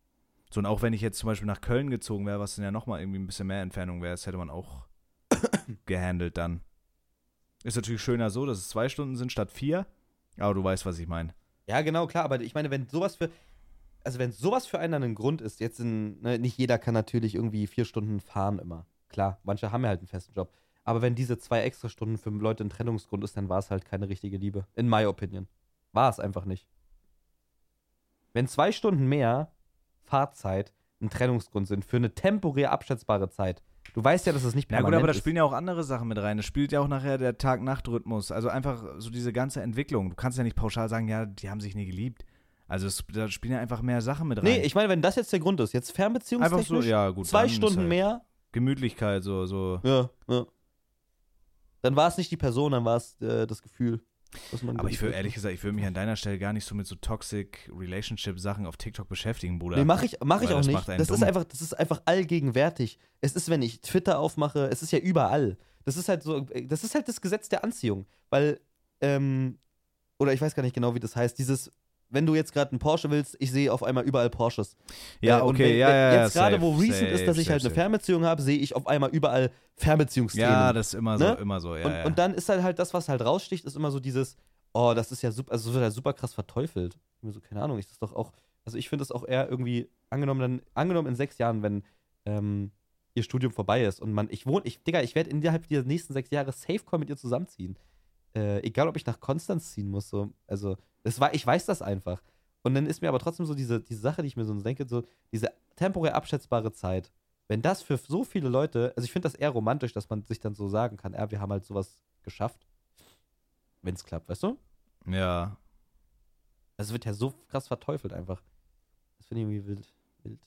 So, und auch wenn ich jetzt zum Beispiel nach Köln gezogen wäre, was dann ja nochmal irgendwie ein bisschen mehr Entfernung wäre, das hätte man auch gehandelt dann. Ist natürlich schöner so, dass es zwei Stunden sind statt vier, aber du weißt, was ich meine. Ja, genau, klar, aber ich meine, wenn sowas für, also wenn sowas für einen dann ein Grund ist, jetzt in, ne, nicht jeder kann natürlich irgendwie vier Stunden fahren immer. Klar, manche haben ja halt einen festen Job. Aber wenn diese zwei extra Stunden für Leute ein Trennungsgrund ist, dann war es halt keine richtige Liebe. In my opinion. War es einfach nicht. Wenn zwei Stunden mehr Fahrzeit ein Trennungsgrund sind für eine temporär abschätzbare Zeit. Du weißt ja, dass es nicht Ja permanent gut, aber da ist. spielen ja auch andere Sachen mit rein. Es spielt ja auch nachher der Tag-Nacht-Rhythmus. Also einfach so diese ganze Entwicklung. Du kannst ja nicht pauschal sagen, ja, die haben sich nie geliebt. Also es, da spielen ja einfach mehr Sachen mit rein. Nee, ich meine, wenn das jetzt der Grund ist, jetzt fernbeziehungstechnisch, einfach so, ja gut. zwei dann ist Stunden halt mehr, Gemütlichkeit, so, so. ja, ja. Dann war es nicht die Person, dann war es äh, das Gefühl. Was man Aber ich würde gefühlt ehrlich hat. gesagt, ich würde mich an deiner Stelle gar nicht so mit so Toxic Relationship-Sachen auf TikTok beschäftigen, Bruder. Nee, mach ich, mach ich Weil auch das nicht. macht einen Das ist, dumm. einfach, das ist einfach allgegenwärtig. Es ist, wenn ich Twitter aufmache, es ist ja überall. Das ist halt so, das ist halt das Gesetz der Anziehung. Weil, ähm, oder ich weiß gar nicht genau, wie das heißt, dieses, wenn du jetzt gerade einen Porsche willst, ich sehe auf einmal überall Porsches. Ja, Äh, und okay, wenn, ja, wenn ja, ja, jetzt gerade, safe, wo recent safe, ist, dass ich safe, halt eine safe. Fernbeziehung habe, sehe ich auf einmal überall Fernbeziehungsthemen. Ja, das ist immer so, Ne? immer so, ja, und, ja. und dann ist halt halt das, was halt raussticht, ist immer so dieses, oh, das ist ja super, also es wird halt super krass verteufelt. Ich mir so, keine Ahnung, ich das doch auch, also ich finde das auch eher irgendwie, angenommen dann, angenommen in sechs Jahren, wenn ähm, ihr Studium vorbei ist und man, ich wohne, ich, Digga, ich werde innerhalb dieser nächsten sechs Jahre safe call mit ihr zusammenziehen. Äh, egal, ob ich nach Konstanz ziehen muss, so, also, das war, ich weiß das einfach. Und dann ist mir aber trotzdem so diese, diese Sache, die ich mir so denke, so, diese temporär abschätzbare Zeit, wenn das für so viele Leute, also ich finde das eher romantisch, dass man sich dann so sagen kann, ja, wir haben halt sowas geschafft, wenn es klappt, weißt du? Ja. Also es wird ja so krass verteufelt einfach. Das finde ich irgendwie wild. wild.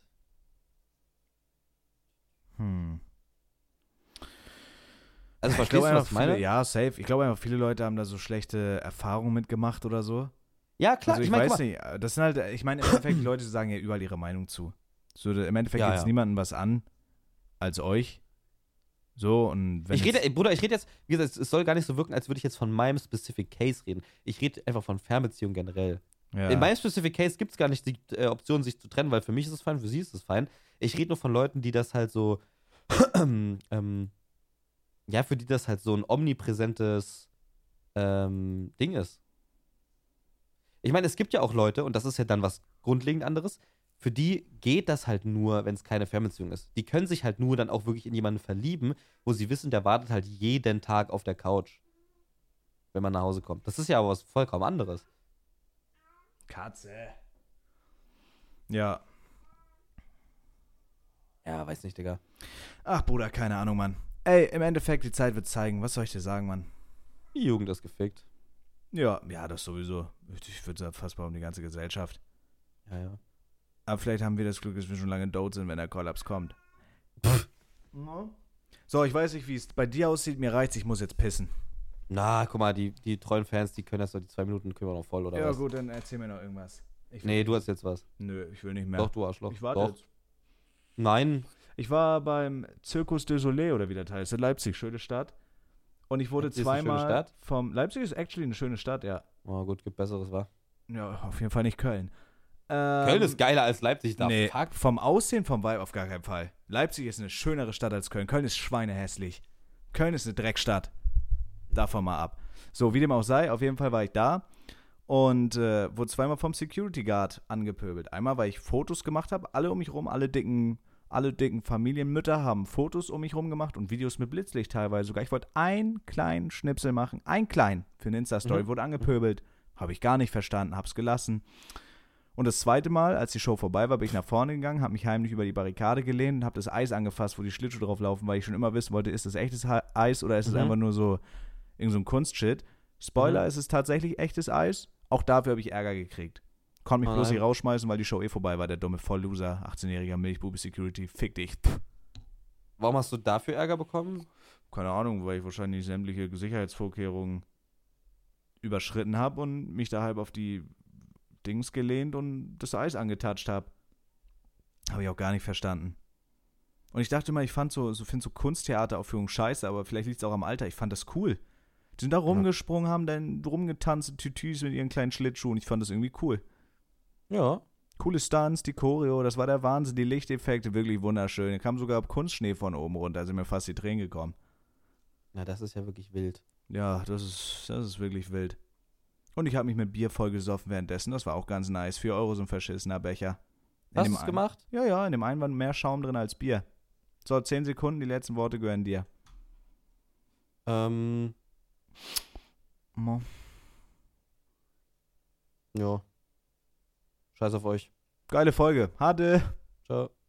Hm. Also Ich verstehst glaube du, einfach was ich meine? viele, ja, safe. Ich glaube einfach, viele Leute haben da so schlechte Erfahrungen mitgemacht oder so. Ja, klar, Also ich, ich meine, weiß guck mal, nicht, das sind halt, ich meine, im Endeffekt, die Leute sagen ja überall ihre Meinung zu. So, im Endeffekt Ja, geht es ja. niemandem was an, als euch. So, und wenn ich rede, jetzt, ey, Bruder, ich rede jetzt, wie gesagt, es soll gar nicht so wirken, als würde ich jetzt von meinem Specific Case reden. Ich rede einfach von Fernbeziehungen generell. ja. In meinem Specific Case gibt es gar nicht die äh, Option, sich zu trennen, weil für mich ist es fein, für sie ist es fein. Ich rede nur von Leuten, die das halt so, ähm, ja, für die das halt so ein omnipräsentes ähm, Ding ist. Ich meine, es gibt ja auch Leute, und das ist ja dann was grundlegend anderes, für die geht das halt nur, wenn es keine Fernbeziehung ist. Die können sich halt nur dann auch wirklich in jemanden verlieben, wo sie wissen, der wartet halt jeden Tag auf der Couch, wenn man nach Hause kommt. Das ist ja aber was vollkommen anderes. Katze. Ja. Ja, weiß nicht, Digga. Ach, Bruder, keine Ahnung, Mann. Ey, im Endeffekt, die Zeit wird zeigen. Was soll ich dir sagen, Mann? Die Jugend ist gefickt. Ja, ja, das sowieso. Ich würde sagen, fast um die ganze Gesellschaft. Ja, ja. Aber vielleicht haben wir das Glück, dass wir schon lange tot sind, wenn der Kollaps kommt. So, ich weiß nicht, wie es bei dir aussieht. Mir reicht's, ich muss jetzt pissen. Na, guck mal, die, die treuen Fans, die können das doch, die zwei Minuten können wir noch voll, oder Ja, was? gut, dann erzähl mir noch irgendwas. Ich Nee, du hast jetzt was. Nö, ich will nicht mehr. Doch, du Arschloch. Ich warte Doch. jetzt. Nein. Ich war beim Circus du Soleil oder wie das heißt, in Leipzig, schöne Stadt. Und ich wurde Leipzig ist eine schöne zweimal Stadt? vom. Leipzig ist actually eine schöne Stadt, ja. Oh, gut, gibt Besseres, wa? Ja, auf jeden Fall nicht Köln. Ähm, Köln ist geiler als Leipzig, da. Nee, Fuck. vom Aussehen, vom Vibe auf gar keinen Fall. Leipzig ist eine schönere Stadt als Köln. Köln ist schweinehässlich. Köln ist eine Dreckstadt. Davon mal ab. So, wie dem auch sei, auf jeden Fall war ich da und äh, wurde zweimal vom Security Guard angepöbelt. Einmal, weil ich Fotos gemacht habe, alle um mich rum, alle dicken, alle dicken Familienmütter haben Fotos um mich rum gemacht und Videos mit Blitzlicht teilweise sogar. Ich wollte einen kleinen Schnipsel machen, einen kleinen für eine Insta-Story, Mhm. wurde angepöbelt. Habe ich gar nicht verstanden, hab's gelassen. Und das zweite Mal, als die Show vorbei war, bin ich nach vorne gegangen, habe mich heimlich über die Barrikade gelehnt und habe das Eis angefasst, wo die Schlittschuhe drauf laufen, weil ich schon immer wissen wollte, ist das echtes Ha- Eis oder ist es Mhm. einfach nur so irgend so ein Kunstshit. Spoiler, Mhm. es ist tatsächlich echtes Eis. Auch dafür habe ich Ärger gekriegt. Konnte mich Oh bloß nein. nicht rausschmeißen, weil die Show eh vorbei war. Der dumme Vollloser, achtzehnjähriger Milchbubi-Security, fick dich. Pff. Warum hast du dafür Ärger bekommen? Keine Ahnung, weil ich wahrscheinlich sämtliche Sicherheitsvorkehrungen überschritten habe und mich da halb auf die Dings gelehnt und das Eis angetatscht habe. Habe ich auch gar nicht verstanden. Und ich dachte immer, ich fand so, so finde so Kunsttheateraufführungen scheiße, aber vielleicht liegt es auch am Alter. Ich fand das cool. Die sind da rumgesprungen, haben dann rumgetanzt, Tütüs mit ihren kleinen Schlittschuhen. Ich fand das irgendwie cool. Ja. Coole Stunts, die Choreo, das war der Wahnsinn, die Lichteffekte, wirklich wunderschön. Da kam sogar Kunstschnee von oben runter, da sind mir fast die Tränen gekommen. Na, das ist ja wirklich wild. Ja, das ist, das ist wirklich wild. Und ich habe mich mit Bier voll gesoffen währenddessen, das war auch ganz nice. vier Euro so ein verschissener Becher. In Hast dem du es einen- gemacht? Ja, ja, in dem einen war mehr Schaum drin als Bier. So, zehn Sekunden, die letzten Worte gehören dir. Ähm, Mo. ja. Scheiß auf euch. Geile Folge. Hatte. Ciao.